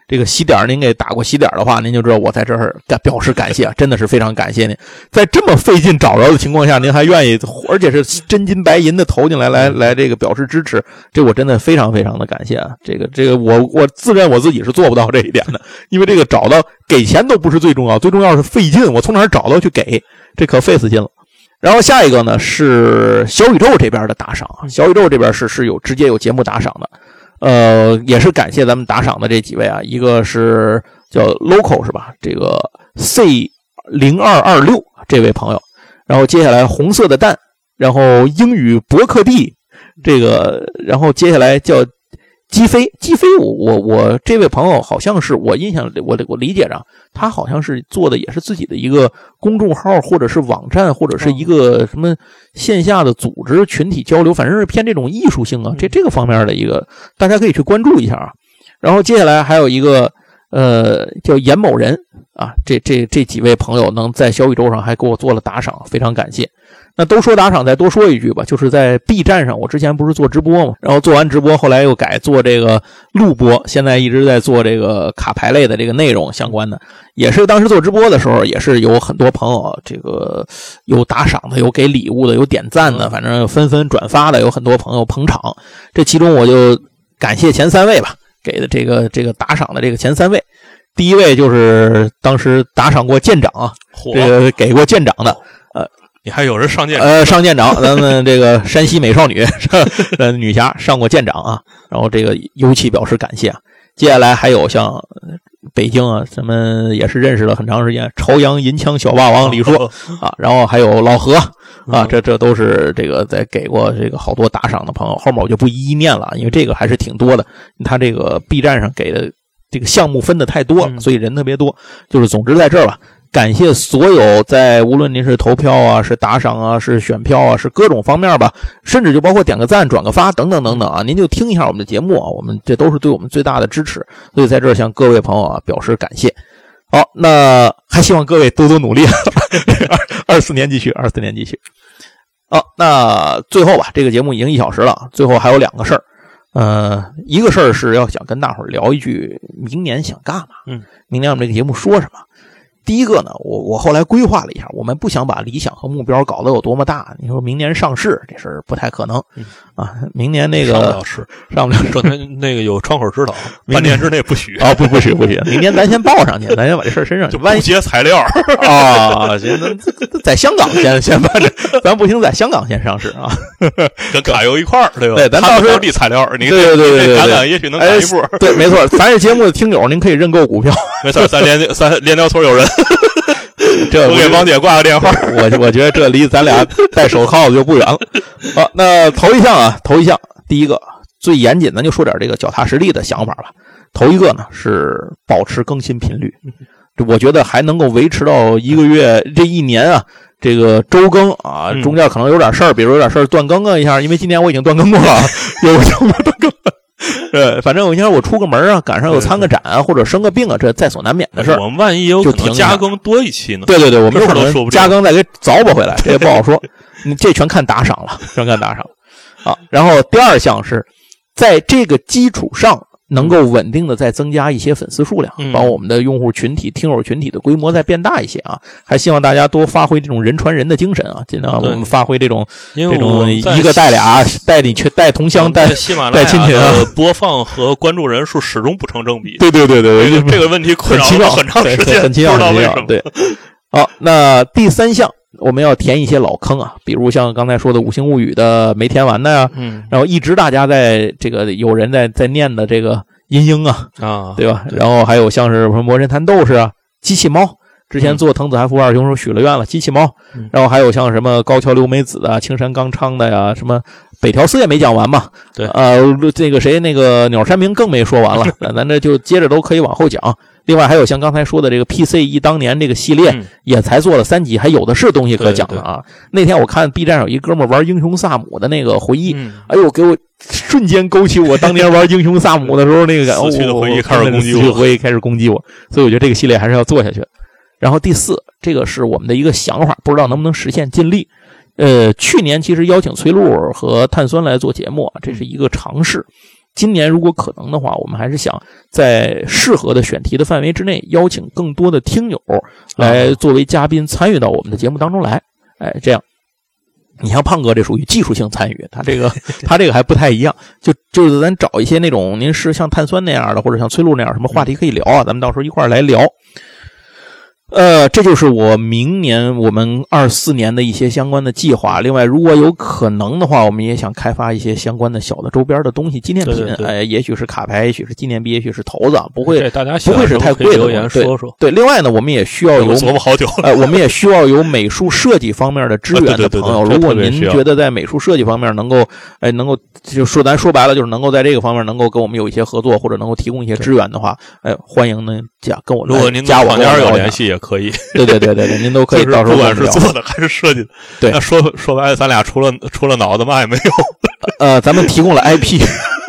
这个喜点您给打过喜点的话，您就知道我在这儿表示感谢，真的是非常感谢您。在这么费劲找着的情况下，您还愿意，而且是真金白银的投进来，来来这个表示支持，这我真的非常非常的感谢啊！这个这个我我自认我自己是做不到这一点的，因为这个找到给钱都不是最重要，最重要是费劲，我从哪儿找到去给，这可费死劲了。然后下一个呢是小宇宙这边的打赏啊，小宇宙这边是是有直接有节目打赏的。呃，也是感谢咱们打赏的这几位啊，一个是叫 local 是吧？这个 C 零二二六这位朋友，然后接下来红色的蛋，然后英语博客地，这个，然后接下来叫击飞，击飞我我我这位朋友好像是我印象我我理解上，他好像是做的也是自己的一个公众号或者是网站或者是一个什么线下的组织群体交流，反正是偏这种艺术性啊，这这个方面的一个大家可以去关注一下啊。然后接下来还有一个呃叫严某人啊，这这这几位朋友能在小宇宙上还给我做了打赏，非常感谢。那都说打赏，再多说一句吧，就是在 B 站上，我之前不是做直播嘛，然后做完直播，后来又改做这个录播，现在一直在做这个卡牌类的这个内容相关的，也是当时做直播的时候，也是有很多朋友这个有打赏的，有给礼物的，有点赞的，反正纷纷转发的，有很多朋友捧场。这其中我就感谢前三位吧，给的这个这个打赏的这个前三位。第一位就是当时打赏过舰长啊，这个给过舰长的，呃。 你还有人上舰呃上舰长，咱们这个山西美少女呃女侠上过舰长啊，然后这个尤其表示感谢啊。接下来还有像北京啊，咱们也是认识了很长时间，朝阳银枪小霸王李硕啊，然后还有老何啊，这这都是这个在给过这个好多打赏的朋友，后面我就不一一念了，因为这个还是挺多的，他这个 B 站上给的这个项目分的太多，所以人特别多，就是总之在这儿吧。感谢所有在无论您是投票啊，是打赏啊，是选票啊，是各种方面吧，甚至就包括点个赞、转个发等等等等啊，您就听一下我们的节目啊，我们这都是对我们最大的支持，所以在这儿向各位朋友啊表示感谢。好，那还希望各位多多努力，二四年继续，二四年继续。好，那最后吧，这个节目已经一小时了，最后还有两个事儿。呃，一个事儿是要想跟大伙儿聊一句，明年想干嘛？嗯，明年我们这个节目说什么？第一个呢，我我后来规划了一下，我们不想把理想和目标搞得有多么大。你说明年上市这事儿不太可能、嗯、啊，明年那个上不了市， 上不了市， 这那个有窗口指导，半年之内不许啊、哦，不不许不许，明年咱先报上去，咱先把这事儿身上就不接材料啊，行，在香港先先办着，咱不行，在香港先上市啊， 跟卡油一块儿，对吧？ 对，咱到时候地材料，你对对对对对， 敢敢也许能赶一波、 哎。对，没错，咱这节目的听友，您可以认购股票， 没错，咱连咱连条村有人。 这我给王姐挂个电话， 我我觉得这离咱俩戴手铐子就不远了。好，那头一项啊，头一项，第一个最严谨，咱就说点这个脚踏实地的想法吧。头一个呢是保持更新频率，我觉得还能够维持到一个月，这一年啊，这个周更啊，中间可能有点事儿，比如有点事儿断更啊一下，因为今年我已经断更过了，有什么断更。对，反正我现在我出个门啊，赶上有参个展啊，或者生个病啊，这在所难免的事儿。 我们万一有可能加更多一期呢？ 对对对，我们有可能加更再给凿吧回来，这也不好说。你这全看打赏了，全看打赏。好，然后第二项是在这个基础上能够稳定的再增加一些粉丝数量， 嗯、 把我们的用户群体、听友群体的规模再变大一些啊！还希望大家多发挥这种人传人的精神啊，尽量我们发挥这种这种一个带俩，带你去带同乡，带带亲戚啊！ 播放和关注人数始终不成正比。 对对对对对， 这个问题困扰了很长时间， 很奇妙， 不知道为什么。 对，好，那第三项。我们要填一些老坑啊，比如像刚才说的《五星物语》的没填完的呀、啊， 嗯， 然后一直大家在这个有人在在念的这个阴鹰啊， 啊， 对吧？ 对然后还有像是什么魔神坛斗士啊、机器猫，之前做藤子 F 二雄时候许了愿了，机器猫， 嗯、 然后还有像什么高桥留美子的、青山刚昌的呀，什么北条司也没讲完嘛， 对， 呃，这个谁那个鸟山明更没说完了，咱这就接着都可以往后讲。另外还有像刚才说的这个 P C 一当年这个系列也才做了三集，还有的是东西可讲的啊。对对对，那天我看 B 站上有一哥们玩英雄萨姆的那个回忆，嗯、哎呦，给我瞬间勾起我当年玩英雄萨姆的时候那个感觉， 死去的回忆开始攻击我， 死去的回忆开始攻击我，所以我觉得这个系列还是要做下去。然后第四，这个是我们的一个想法，不知道能不能实现，尽力。呃，去年其实邀请崔璐和碳酸来做节目啊，这是一个尝试。 今年如果可能的话，我们还是想在适合的选题的范围之内，邀请更多的听友来作为嘉宾参与到我们的节目当中来。哎，这样。你像胖哥这属于技术性参与，他这个他这个还不太一样，就就是咱找一些那种您是像碳酸那样的，或者像崔璐那样什么话题可以聊啊，咱们到时候一块儿来聊。呃，这就是我明年我们二四年的一些相关的计划。另外，如果有可能的话，我们也想开发一些相关的小的周边的东西，纪念品， 对对对哎，也许是卡牌，也许是纪念币，也许是头子，不会这大家不会是太贵的。 留言说说。 对，对，另外呢，我们也需要有琢磨好久了， 呃，我们也需要有美术设计方面的支援的朋友。 啊、对对对对如果您觉得在美术设计方面能够，哎，能够就说咱说白了就是能够在这个方面能够跟我们有一些合作，或者能够提供一些支援的话，哎，欢迎呢加跟我如果您加我家有联系也可以。 对对对对对，您都可以到时候不管是做的还是设计的。 对， 那说说白了，咱俩除了除了脑子嘛也没有。 呃，咱们提供了 I P。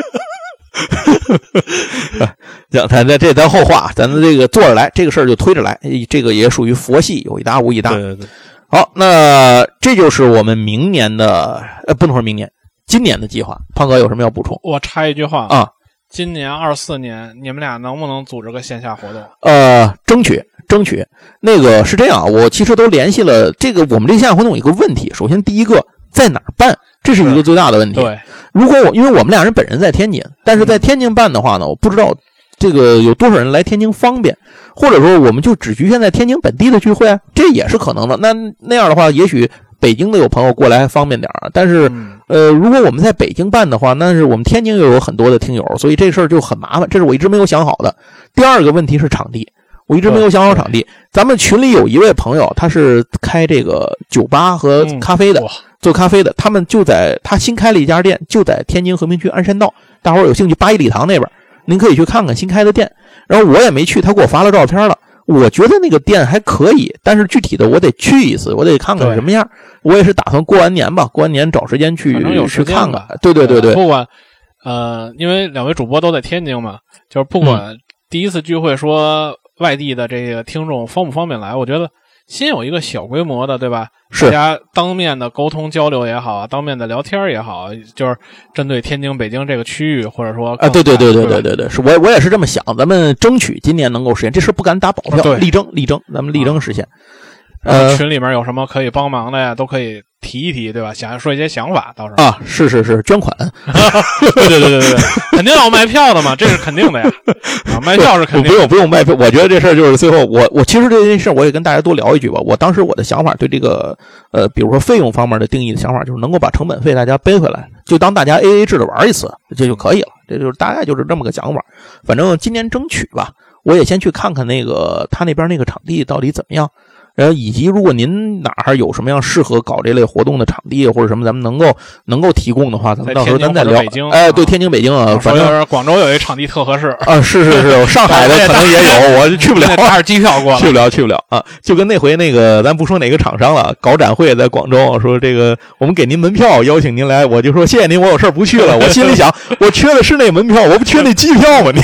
行，咱这这咱后话，咱们这个做着来，这个事儿就推着来，这个也属于佛系，有一搭无一搭。 对对对。 好，那这就是我们明年的，呃，不能说明年，今年的计划。胖哥有什么要补充？ 我插一句话啊， 今年二四年，你们俩能不能组织个线下活动？ 呃，争取。争取那个是这样，我其实都联系了这个我们这线下活动有一个问题，首先第一个在哪儿办，这是一个最大的问题。 对， 如果我因为我们俩人本人在天津，但是在天津办的话呢，我不知道这个有多少人来天津方便，或者说我们就只局限在天津本地的聚会啊，这也是可能的。那那样的话，也许北京的有朋友过来还方便点儿，但是呃，如果我们在北京办的话，那是我们天津又有很多的听友，所以这事儿就很麻烦，这是我一直没有想好的。第二个问题是场地。我一直没有想好场地。咱们群里有一位朋友，他是开这个酒吧和咖啡的，嗯、做咖啡的。他们就在他新开了一家店，就在天津和平区鞍山道。大伙儿有兴趣，八一礼堂那边，您可以去看看新开的店。然后我也没去，他给我发了照片了。我觉得那个店还可以，但是具体的我得去一次，我得看看什么样。我也是打算过完年吧，过完年找时间去去看看。对对对对， 不管呃，因为两位主播都在天津嘛，就是不管第一次聚会说。外地的这个听众方不方便来？我觉得先有一个小规模的，对吧？ 是大家当面的沟通交流也好啊，当面的聊天也好，就是针对天津、北京这个区域，或者说啊，对对对对对对对，是我我也是这么想。咱们争取今年能够实现，这事不敢打保票，力争力争，咱们力争实现。 呃，群里面有什么可以帮忙的呀，都可以提一提，对吧？想说一些想法，到时候啊，是是是，捐款， 对对对对对，肯定要卖票的嘛，这是肯定的呀。啊，卖票是肯定的， 不用不用卖票。我觉得这事儿就是最后，我我其实这件事我也跟大家多聊一句吧。我当时我的想法对这个呃，比如说费用方面的定义的想法，就是能够把成本费大家背回来，就当大家 A A 制的玩一次，这就可以了。这就是大概就是这么个想法。反正今年争取吧，我也先去看看那个他那边那个场地到底怎么样。然后以及如果您哪儿有什么样适合搞这类活动的场地或者什么，咱们能够能够提供的话，咱们到时候咱再聊。哎，对，天津、北京啊，反正广州有一场地特合适啊，是是是，上海的可能也有，我去不了， 打点机票过来， 去不了，去不了啊！就跟那回那个，咱不说哪个厂商了，搞展会在广州，说这个我们给您门票，邀请您来，我就说谢谢您，我有事不去了。我心里想，我缺的是那门票，我不缺那机票吗？你。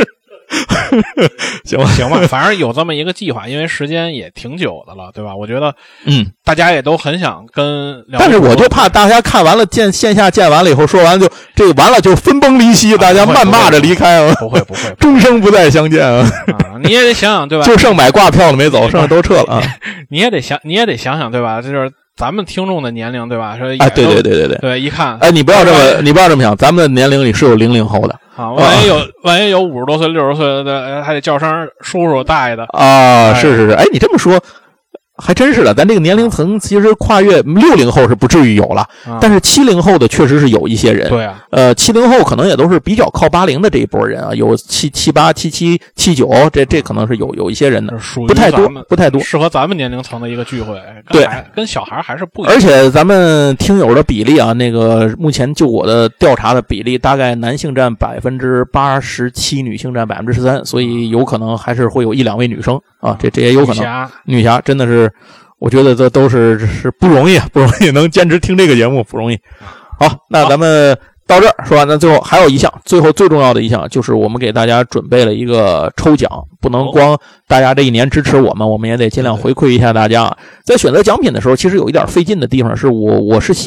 行吧， 行吧，反正有这么一个计划，因为时间也挺久的了，对吧？我觉得， 嗯， 大家也都很想跟， 但是我就怕大家看完了见线下见完了以后，说完就这完了就分崩离析，啊、大家谩骂着离开了， 不会不会，不会终生不再相见啊！ 啊，你也得想想，对吧？ 就剩买挂票的没走，剩下都撤了啊！ 你也得想，你也得想想，对吧？这就是咱们听众的年龄，对吧？说啊，对对对对对， 对，一看， 哎，你不要这么，你不要这么想，咱们的年龄里是有零零后的。 啊，万一有、啊、万一有五十多岁、六十岁的，还得叫声叔叔大爷的啊！是是是，哎，你这么说还真是的，咱这个年龄层其实跨越六零后是不至于有了，啊、但是七零后的确实是有一些人。 对啊， 呃，七零后可能也都是比较靠八零的这一波人啊，有七七八、七七、七九，这这可能是有有一些人的，不太多，不太多， 适合咱们年龄层的一个聚会。 对， 跟小孩还是不一样。 而且咱们听友的比例啊，那个目前就我的调查的比例，大概男性占百分之八十七，女性占百分之十三，所以有可能还是会有一两位女生啊，这这也有可能。女侠，女侠真的是。我觉得这都是是不容易，不容易能坚持听这个节目不容易。好，那咱们到这儿说完，那最后还有一项，最后最重要的一项就是我们给大家准备了一个抽奖，不能光大家这一年支持我们，我们也得尽量回馈一下大家。在选择奖品的时候，其实有一点费劲的地方是我我是希望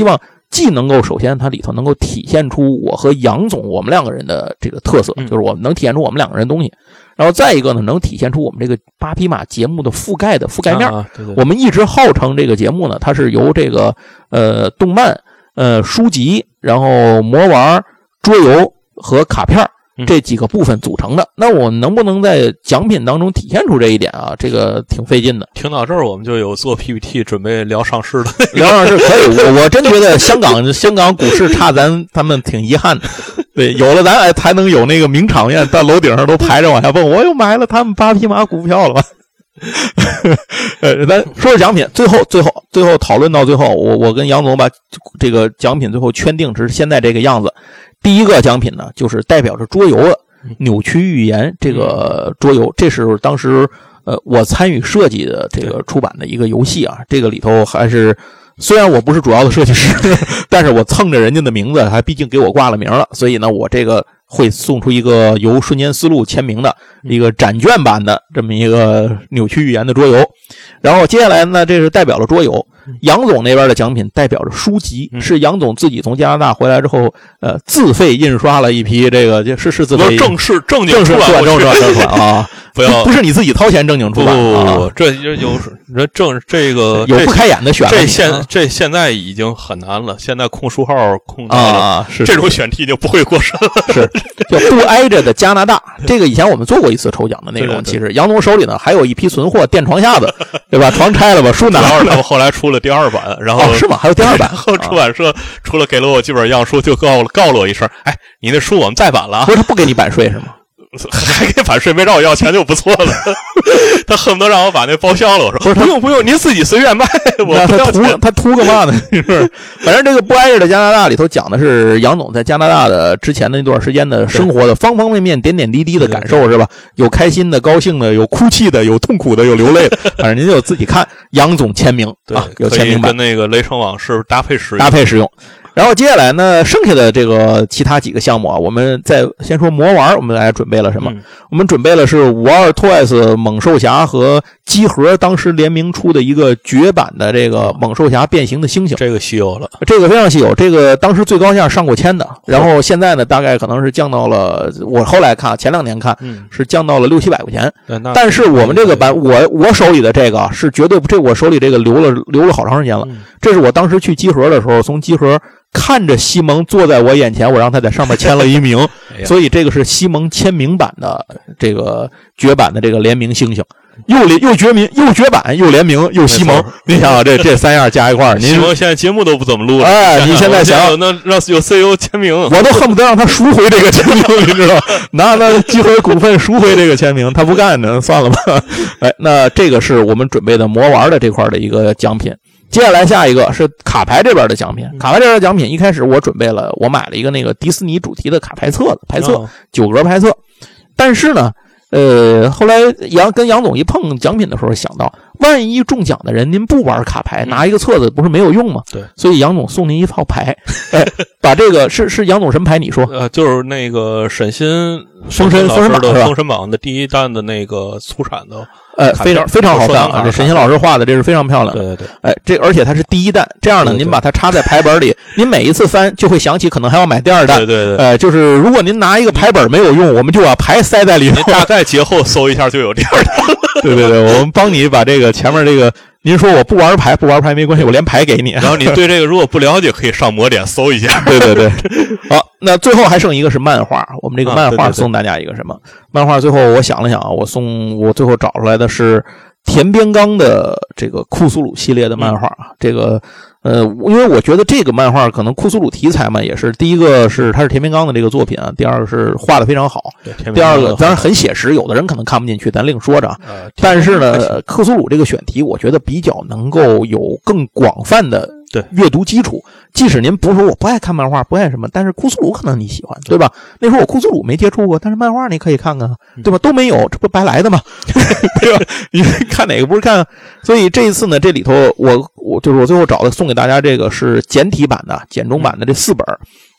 既能够首先它里头能够体现出我和杨总我们两个人的这个特色，就是我们能体现出我们两个人的东西，然后再一个呢，能体现出我们这个八匹马节目的覆盖的覆盖面。 啊对对对， 我们一直号称这个节目呢，它是由这个呃动漫、呃书籍，然后魔玩、桌游和卡片这几个部分组成的。那我能不能在奖品当中体现出这一点啊？这个挺费劲的。 听到这儿，我们就有做 P P T 准备聊上市的。 聊上市可以，我我真觉得香港香港股市差咱他们挺遗憾的。对，有了咱才能有那个名场面，在楼顶上都排着往下问，我又买了他们八匹马股票了吧？呃，咱说是奖品，最后最后最后讨论到最后，我我跟杨总把这个奖品最后圈定是现在这个样子。第一个奖品呢，就是代表着桌游的扭曲预言这个桌游，这是当时呃我参与设计的这个出版的一个游戏啊，这个里头还是虽然我不是主要的设计师，但是我蹭着人家的名字，还毕竟给我挂了名了，所以呢，我这个会送出一个由瞬间思路签名的一个展券版的这么一个扭曲预言的桌游。然后接下来呢，这是代表了桌游。杨总那边的奖品代表着书籍，是杨总自己从加拿大回来之后，呃，自费印刷了一批这个，是是自费正式正经正式出版， 正式正式啊， 不要不是你自己掏钱正经出版啊， 这有这正这个有不开眼的选了， 这现这现在已经很难了，现在控书号控到了啊，是这种选题就不会过审了， 是就不挨着的加拿大。这个以前我们做过一次抽奖的内容，其实杨总手里呢还有一批存货，垫床下子，对吧？床拆了吧，书拿了。 他们后来出了第二版，然后、 哦、是吗？还有第二版。 然后出版社除了给了我几本样书，就告了告了我一声，哎，你那书我们再版了啊。 不是他不给你版税是吗？ 还给版税，没让我要钱就不错了。他恨不得让我把那报销了。我说不是， 不用不用，您自己随便卖。我他图他图个嘛呢？反正这个不挨着的加拿大里头讲的是杨总在加拿大的之前的那段时间的生活的方方面面、点点滴滴的感受，是吧？有开心的、高兴的，有哭泣的，有痛苦的，有流泪的。反正您就自己看。杨总签名啊，有签名版， 跟那个《雷城往事》搭配使用， 搭配使用。然后接下来呢，剩下的这个其他几个项目啊，我们再先说魔玩，我们来准备了什么？嗯、我们准备了是五二 Toys 猛兽侠和机核当时联名出的一个绝版的这个猛兽侠变形的猩猩， 这个稀有了， 这个非常稀有，这个当时最高价上过千的，然后现在呢，大概可能是降到了，我后来看前两年看是降到了六七百块钱， 嗯、 但是我们这个版，我我手里的这个是绝对不，这我手里这个留了留了好长时间了， 嗯、 这是我当时去机核的时候，从机核。看着西蒙坐在我眼前，我让他在上面签了一名，所以这个是西蒙签名版的这个绝版的这个联名猩猩，又联又绝名又绝版又联名又西蒙，你想想这这三样加一块儿，您西蒙现在节目都不怎么录了， 哎，你现在想想那让有 C E O 签名， 我都恨不得让他赎回这个签名，你知道，拿那机会股份赎回这个签名，他不干呢，算了吧。哎，那这个是我们准备的魔玩的这块的一个奖品。接下来下一个是卡牌这边的奖品，卡牌这边的奖品一开始我准备了，我买了一个那个迪士尼主题的卡牌册子，牌册九格牌册，但是呢，呃，后来杨跟杨总一碰奖品的时候，想到万一中奖的人您不玩卡牌，拿一个册子不是没有用吗？ 对， 所以杨总送您一套牌，哎，把这个是是杨总什么牌？你说？ 呃，就是那个沈鑫封神封神榜的封神榜的第一弹的那个出产的。 呃，非常非常好看啊！这沈鑫老师画的，这是非常漂亮的。 对对对， 哎，这而且它是第一弹，这样呢，您把它插在牌本里，您每一次翻就会想起，可能还要买第二弹。 对对对， 呃，就是如果您拿一个牌本没有用，我们就把牌塞在里头。 大概节后搜一下就有第二弹。 对对对，我们帮你把这个前面这个，您说我不玩牌，不玩牌没关系，我连牌给你。 然后你对这个如果不了解，可以上魔点搜一下。 对对对，好，那最后还剩一个是漫画，我们这个漫画送大家一个什么？啊、对对对漫画最后我想了想啊，我送我最后找出来的是。田边刚的这个库苏鲁系列的漫画啊，这个呃，因为我觉得这个漫画可能库苏鲁题材嘛，也是第一个是它是田边刚的这个作品啊，第二个是画的非常好，第二个当然很写实，有的人可能看不进去，咱另说着。呃、但是呢，库苏鲁这个选题，我觉得比较能够有更广泛的对阅读基础。即使您不是说我不爱看漫画，不爱什么，但是库苏鲁可能你喜欢，对吧？那时候我库苏鲁没接触过，但是漫画你可以看看，对吧？都没有，这不白来的吗？对吧？你看哪个不是看？所以这一次呢，这里头我我就是我最后找的送给大家这个是简体版的、简中版的这四本。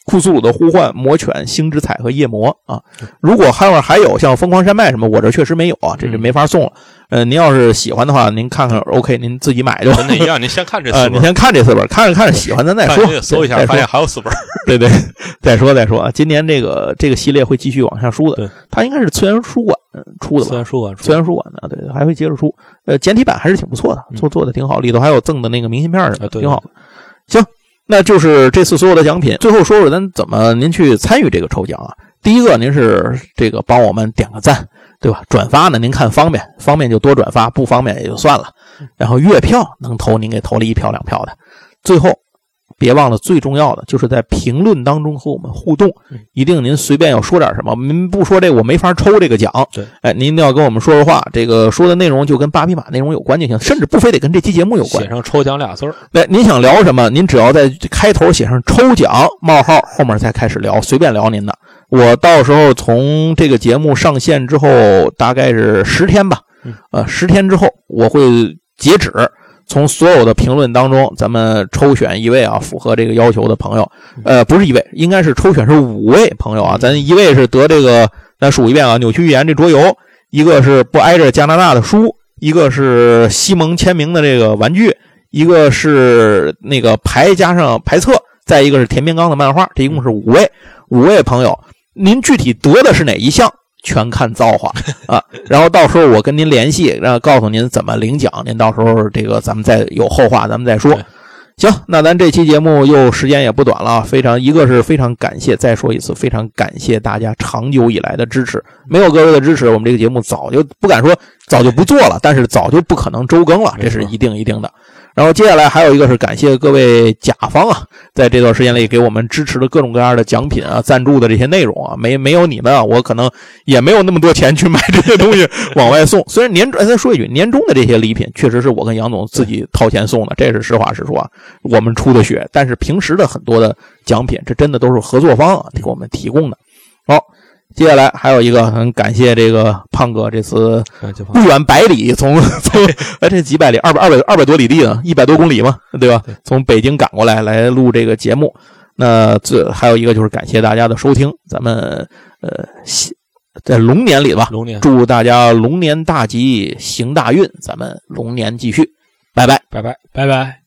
库苏鲁的呼唤、魔犬、星之彩和夜魔啊。如果后面还有像疯狂山脉什么，我这确实没有啊，这就没法送了。呃，您要是喜欢的话，您看看 OK， 您自己买就。 跟那一样，您先看这四本， 呃，你先看这四本，看着看着喜欢咱再说。 搜一下，发现还有四本。 对对，再说再说啊。今年这个这个系列会继续往下出的，对，它应该是次元书馆出的吧？ 次元书馆， 次元书馆的，对，还会接着出。呃，简体版还是挺不错的，做做的挺好，里头还有赠的那个明信片什么的，挺好的。行，那就是这次所有的奖品。最后说说咱怎么您去参与这个抽奖啊？第一个，您是这个帮我们点个赞。对吧？转发呢，您看方便，方便就多转发，不方便也就算了。然后月票能投，您给投了一票两票的。最后，别忘了最重要的就是在评论当中和我们互动，一定您随便要说点什么，您不说这个我没法抽这个奖。 对， 哎，您一定要跟我们说说话，这个说的内容就跟八匹马内容有关就行，甚至不非得跟这期节目有关。 写上抽奖俩字儿。 对，您想聊什么，您只要在开头写上抽奖冒号，后面再开始聊，随便聊您的。我到时候从这个节目上线之后，大概是十天吧，呃，十天之后我会截止，从所有的评论当中，咱们抽选一位啊，符合这个要求的朋友，呃，不是一位，应该是抽选是五位朋友啊，咱一位是得这个，咱数一遍啊，扭曲预言这桌游，一个是不挨着加拿大的书，一个是西蒙签名的这个玩具，一个是那个牌加上牌册，再一个是田边刚的漫画，这一共是五位，五位朋友。您具体得的是哪一项，全看造化啊！然后到时候我跟您联系，然后告诉您怎么领奖。您到时候这个咱们再有后话，咱们再说。行，那咱这期节目又时间也不短了，非常一个是非常感谢，再说一次，非常感谢大家长久以来的支持。没有各位的支持，我们这个节目早就不敢说早就不做了，但是早就不可能周更了，这是一定一定的。然后接下来还有一个是感谢各位甲方啊，在这段时间里给我们支持的各种各样的奖品啊、赞助的这些内容啊，没没有你们啊，我可能也没有那么多钱去买这些东西往外送。虽然年再说一句，年终的这些礼品确实是我跟杨总自己掏钱送的，这是实话实说啊，我们出的血。但是平时的很多的奖品，这真的都是合作方啊给我们提供的。好。接下来还有一个很感谢这个胖哥这次不远百里从从哎这几百里二百二百二百多里地呢，一百多公里嘛，对吧？从北京赶过来来录这个节目。那这还有一个就是感谢大家的收听，咱们呃在龙年里吧， 龙年祝大家龙年大吉，行大运，咱们龙年继续，拜拜， 拜拜， 拜拜。